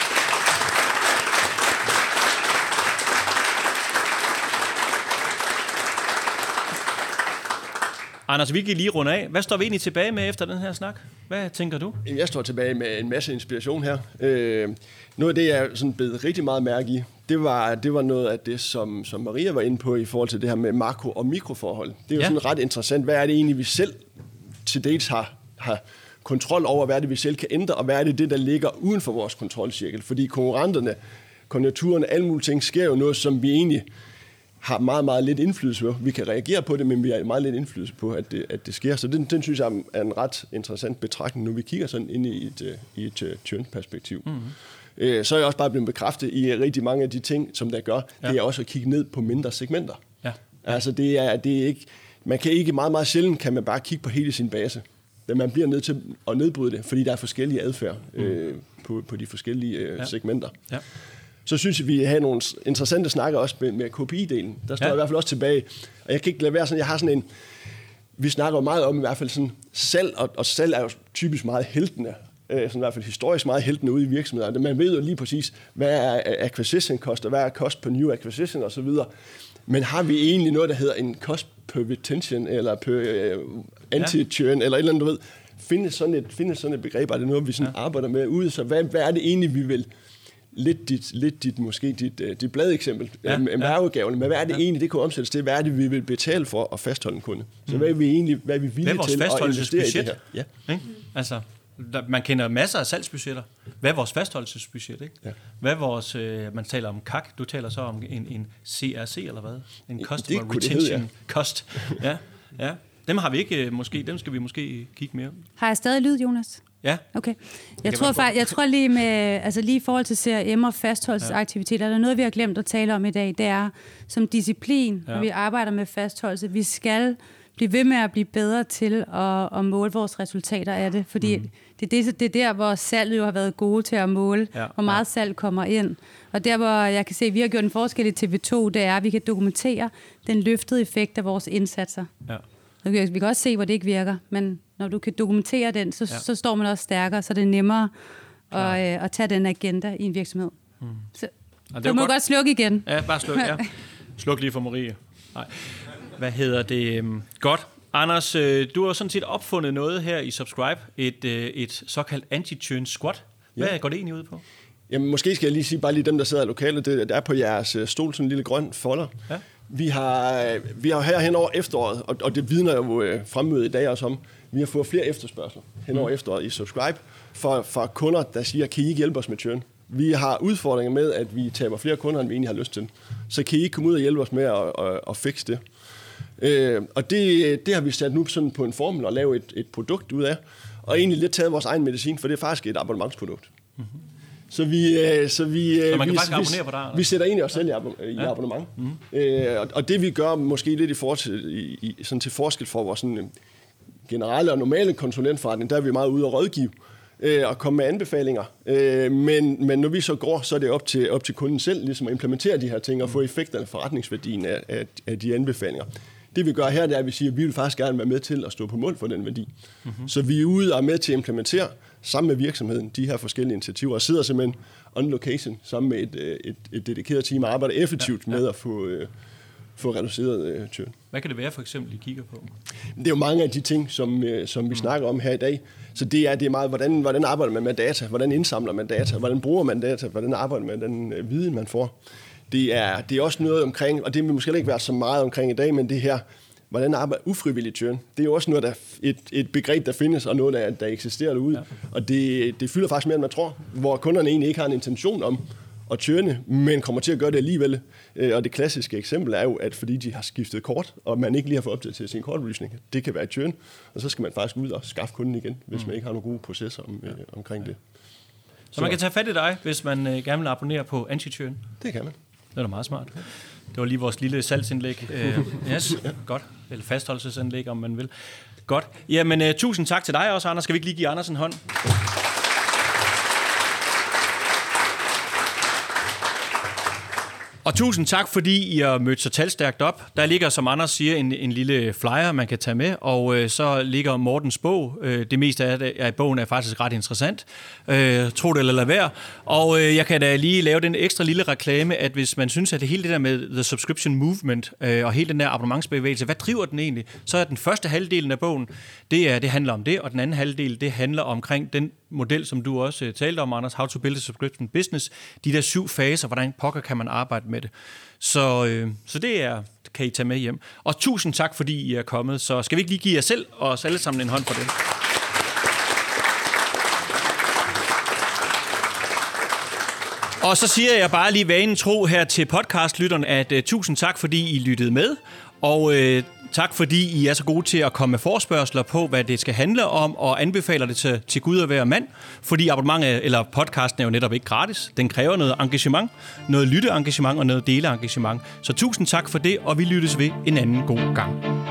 Anders, vi kan lige runde af. Hvad står vi egentlig tilbage med efter den her snak? Hvad tænker du? Jeg står tilbage med en masse inspiration her. Øh, noget af det, jeg sådan bed rigtig meget mærke i, det var, det var noget af det, som, som Maria var inde på i forhold til det her med makro- og mikroforhold. Det er jo ja. sådan ret interessant. Hvad er det egentlig, vi selv til dels har, har kontrol over? Hvad er det, vi selv kan ændre? Og hvad er det, det der ligger uden for vores kontrolcirkel? Fordi konkurrenterne, konjunkturerne, alle mulige ting, sker jo noget, som vi egentlig har meget, meget lidt indflydelse på. Vi kan reagere på det, men vi har meget lidt indflydelse på, at det, at det sker. Så den, den synes jeg er en ret interessant betragtning, nu vi kigger sådan ind i et, i et churn-perspektiv. Mm-hmm. Øh, så er jeg også bare blevet bekræftet i rigtig mange af de ting, som der gør, ja. det er også at kigge ned på mindre segmenter. Ja. Altså det er, det er ikke, man kan ikke meget, meget sjældent, kan man bare kigge på hele sin base. Men man bliver nødt til at nedbryde det, fordi der er forskellige adfærd mm. øh, på, på de forskellige øh, ja. segmenter. Ja. Så synes jeg, vi har nogle interessante snakker også med, med K P I-delen. Der står ja. i hvert fald også tilbage. Og jeg kan ikke lade være sådan, jeg har sådan en... Vi snakker jo meget om i hvert fald sådan salg, og, og salg er jo typisk meget heltende. Øh, sådan i hvert fald historisk meget heltende ude i virksomheder. Man ved jo lige præcis, hvad er acquisition cost, og hvad er cost per new acquisition osv. Men har vi egentlig noget, der hedder en cost per retention, eller per uh, anti-churn, ja. eller et eller andet, du ved. Findes sådan et, findes sådan et begreb, er det noget, vi sådan ja. arbejder med ude? Så hvad, hvad er det egentlig, vi vil... Lidt dit, lidt dit, måske dit, dit bladeksempel, ja, med værudgaven, men hvad er det ja. egentlig, det kunne omsættes til? Hvad er det, vi vil betale for at fastholde en kunde? Så hvad er vi egentlig, hvad er vi villige til at investere i det her? Ja. Ikke? Altså, der, man kender masser af salgsbudgetter. Hvad er vores fastholdelsesbudget? Ikke? Ja. Hvad er vores, øh, man taler om C A C, du taler så om en, en C R C eller hvad? En Customer det Retention hedde, ja. Cost. Ja, ja. Dem har vi ikke, måske, dem skal vi måske kigge mere. Har jeg stadig lyd, Jonas? Ja. Okay. Jeg tror faktisk, jeg tror lige med, altså lige i forhold til C R M og fastholdelsesaktiviteter, ja. der er noget, vi har glemt at tale om i dag, det er som disciplin, ja. når vi arbejder med fastholdelse. Vi skal blive ved med at blive bedre til at, at måle vores resultater af det, fordi mm. det, er det, det er der, hvor salget jo har været gode til at måle, ja. hvor meget ja. salg kommer ind. Og der, hvor jeg kan se, at vi har gjort en forskel i T V to, det er, at vi kan dokumentere den løftede effekt af vores indsatser. Ja. Vi kan også se, hvor det ikke virker, men når du kan dokumentere den, så, ja. så står man også stærkere, så det er nemmere at, øh, at tage den agenda i en virksomhed. Mm. Så ja, du må godt. godt slukke igen. Ja, bare sluk, ja. Sluk lige for Marie. Nej. Hvad hedder det? Godt. Anders, du har sådan set opfundet noget her i Subscribe, et, et såkaldt anti-churn squat. Hvad ja. går det egentlig ud på? Jamen, måske skal jeg lige sige, bare lige dem, der sidder i lokalet, det, der er på jeres stol sådan en lille grøn folder. Ja. Vi har, vi har her hen over efteråret, og, og det vidner jo øh, fremmødet i dag også om, vi har fået flere efterspørgsler hen over mm. efteråret i Subscribe fra, fra kunder, der siger, kan I ikke hjælpe os med churn? Vi har udfordringer med, at vi taber flere kunder, end vi egentlig har lyst til. Så kan I ikke komme ud og hjælpe os med at, at, at fikse det? Øh, og det, det har vi sat nu sådan på en formel og lavet et, et produkt ud af, og egentlig lidt taget vores egen medicin, for det er faktisk et abonnementsprodukt. Mm-hmm. Så vi, så vi, så man kan vi, faktisk vi, abonnere på dig? Vi sætter egentlig os selv i, abon- i ja. abonnement. Mm-hmm. Øh, og, og det vi gør måske lidt i forhold til, i, i, sådan til forskel for vores sådan, generelle og normale konsulentforretning, der er vi meget ude og rådgive øh, og komme med anbefalinger. Øh, men, men når vi så går, så er det op til, op til kunden selv ligesom at implementere de her ting og få effekterne, forretningsværdien af, af, af de anbefalinger. Det vi gør her, det er, at vi siger, at vi vil faktisk gerne være med til at stå på mål for den værdi. Mm-hmm. Så vi er ude og er med til at implementere sammen med virksomheden de her forskellige initiativer, og sidder simpelthen on location sammen med et, et, et dedikeret team og arbejder effektivt ja, ja. med at få, øh, få reduceret øh, churn. Hvad kan det være for eksempel, I kigger på? Det er jo mange af de ting, som, øh, som vi mm. snakker om her i dag. Så det er, det er meget, hvordan, hvordan arbejder man med data, hvordan indsamler man data, hvordan bruger man data, hvordan arbejder man med den øh, viden, man får. Det er, det er også noget omkring, og det vil måske ikke være så meget omkring i dag, men det her, hvordan arbejder ufrivillig churn? Det er jo også noget, der, et, et begreb, der findes, og noget, der, der eksisterer derude. Ja. Og det, det fylder faktisk mere, end man tror, hvor kunderne egentlig ikke har en intention om at churne, men kommer til at gøre det alligevel. Og det klassiske eksempel er jo, at fordi de har skiftet kort, og man ikke lige har fået opdateret sin kortoplysning, det kan være et churn, og så skal man faktisk ud og skaffe kunden igen, hvis mm. man ikke har nogle gode processer om, ja. øh, omkring det. Så, så man kan tage fat i dig, hvis man øh, gerne vil abonnere på Anti-Churn? Det kan man. Det er da meget smart. Det var lige vores lille salgsindlæg. Uh, yes, ja. Godt. Eller fastholdelsesindlæg, om man vil. Godt. Jamen, uh, tusind tak til dig også, Anders. Skal vi ikke lige give Anders en hånd? Og tusind tak, fordi I har mødt så talstærkt op. Der ligger, som Anders siger, en, en lille flyer, man kan tage med, og øh, så ligger Mortens bog. Øh, det meste af, det, af bogen er faktisk ret interessant. Øh, tro det eller lad være. Og øh, jeg kan da lige lave den ekstra lille reklame, at hvis man synes, at det hele det der med The Subscription Movement øh, og hele den der abonnementsbevægelse, hvad driver den egentlig? Så er den første halvdelen af bogen, det, er, det handler om det, og den anden halvdel, det handler omkring den model, som du også uh, talte om, Anders, How to Build a Subscription Business, de der syv faser, hvordan pokker kan man arbejde med det. Så, øh, så det er, kan I tage med hjem. Og tusind tak, fordi I er kommet. Så skal vi ikke lige give jer selv og os alle sammen en hånd for det? Og så siger jeg bare lige vanen tro her til podcastlytterne, at uh, tusind tak, fordi I lyttede med. Og uh, tak, fordi I er så gode til at komme med forespørgsler på, hvad det skal handle om, og anbefaler det til, til Gud at være mand. Fordi abonnementet, eller podcasten er jo netop ikke gratis. Den kræver noget engagement, noget lytteengagement og noget deleengagement. Så tusind tak for det, og vi lyttes ved en anden god gang.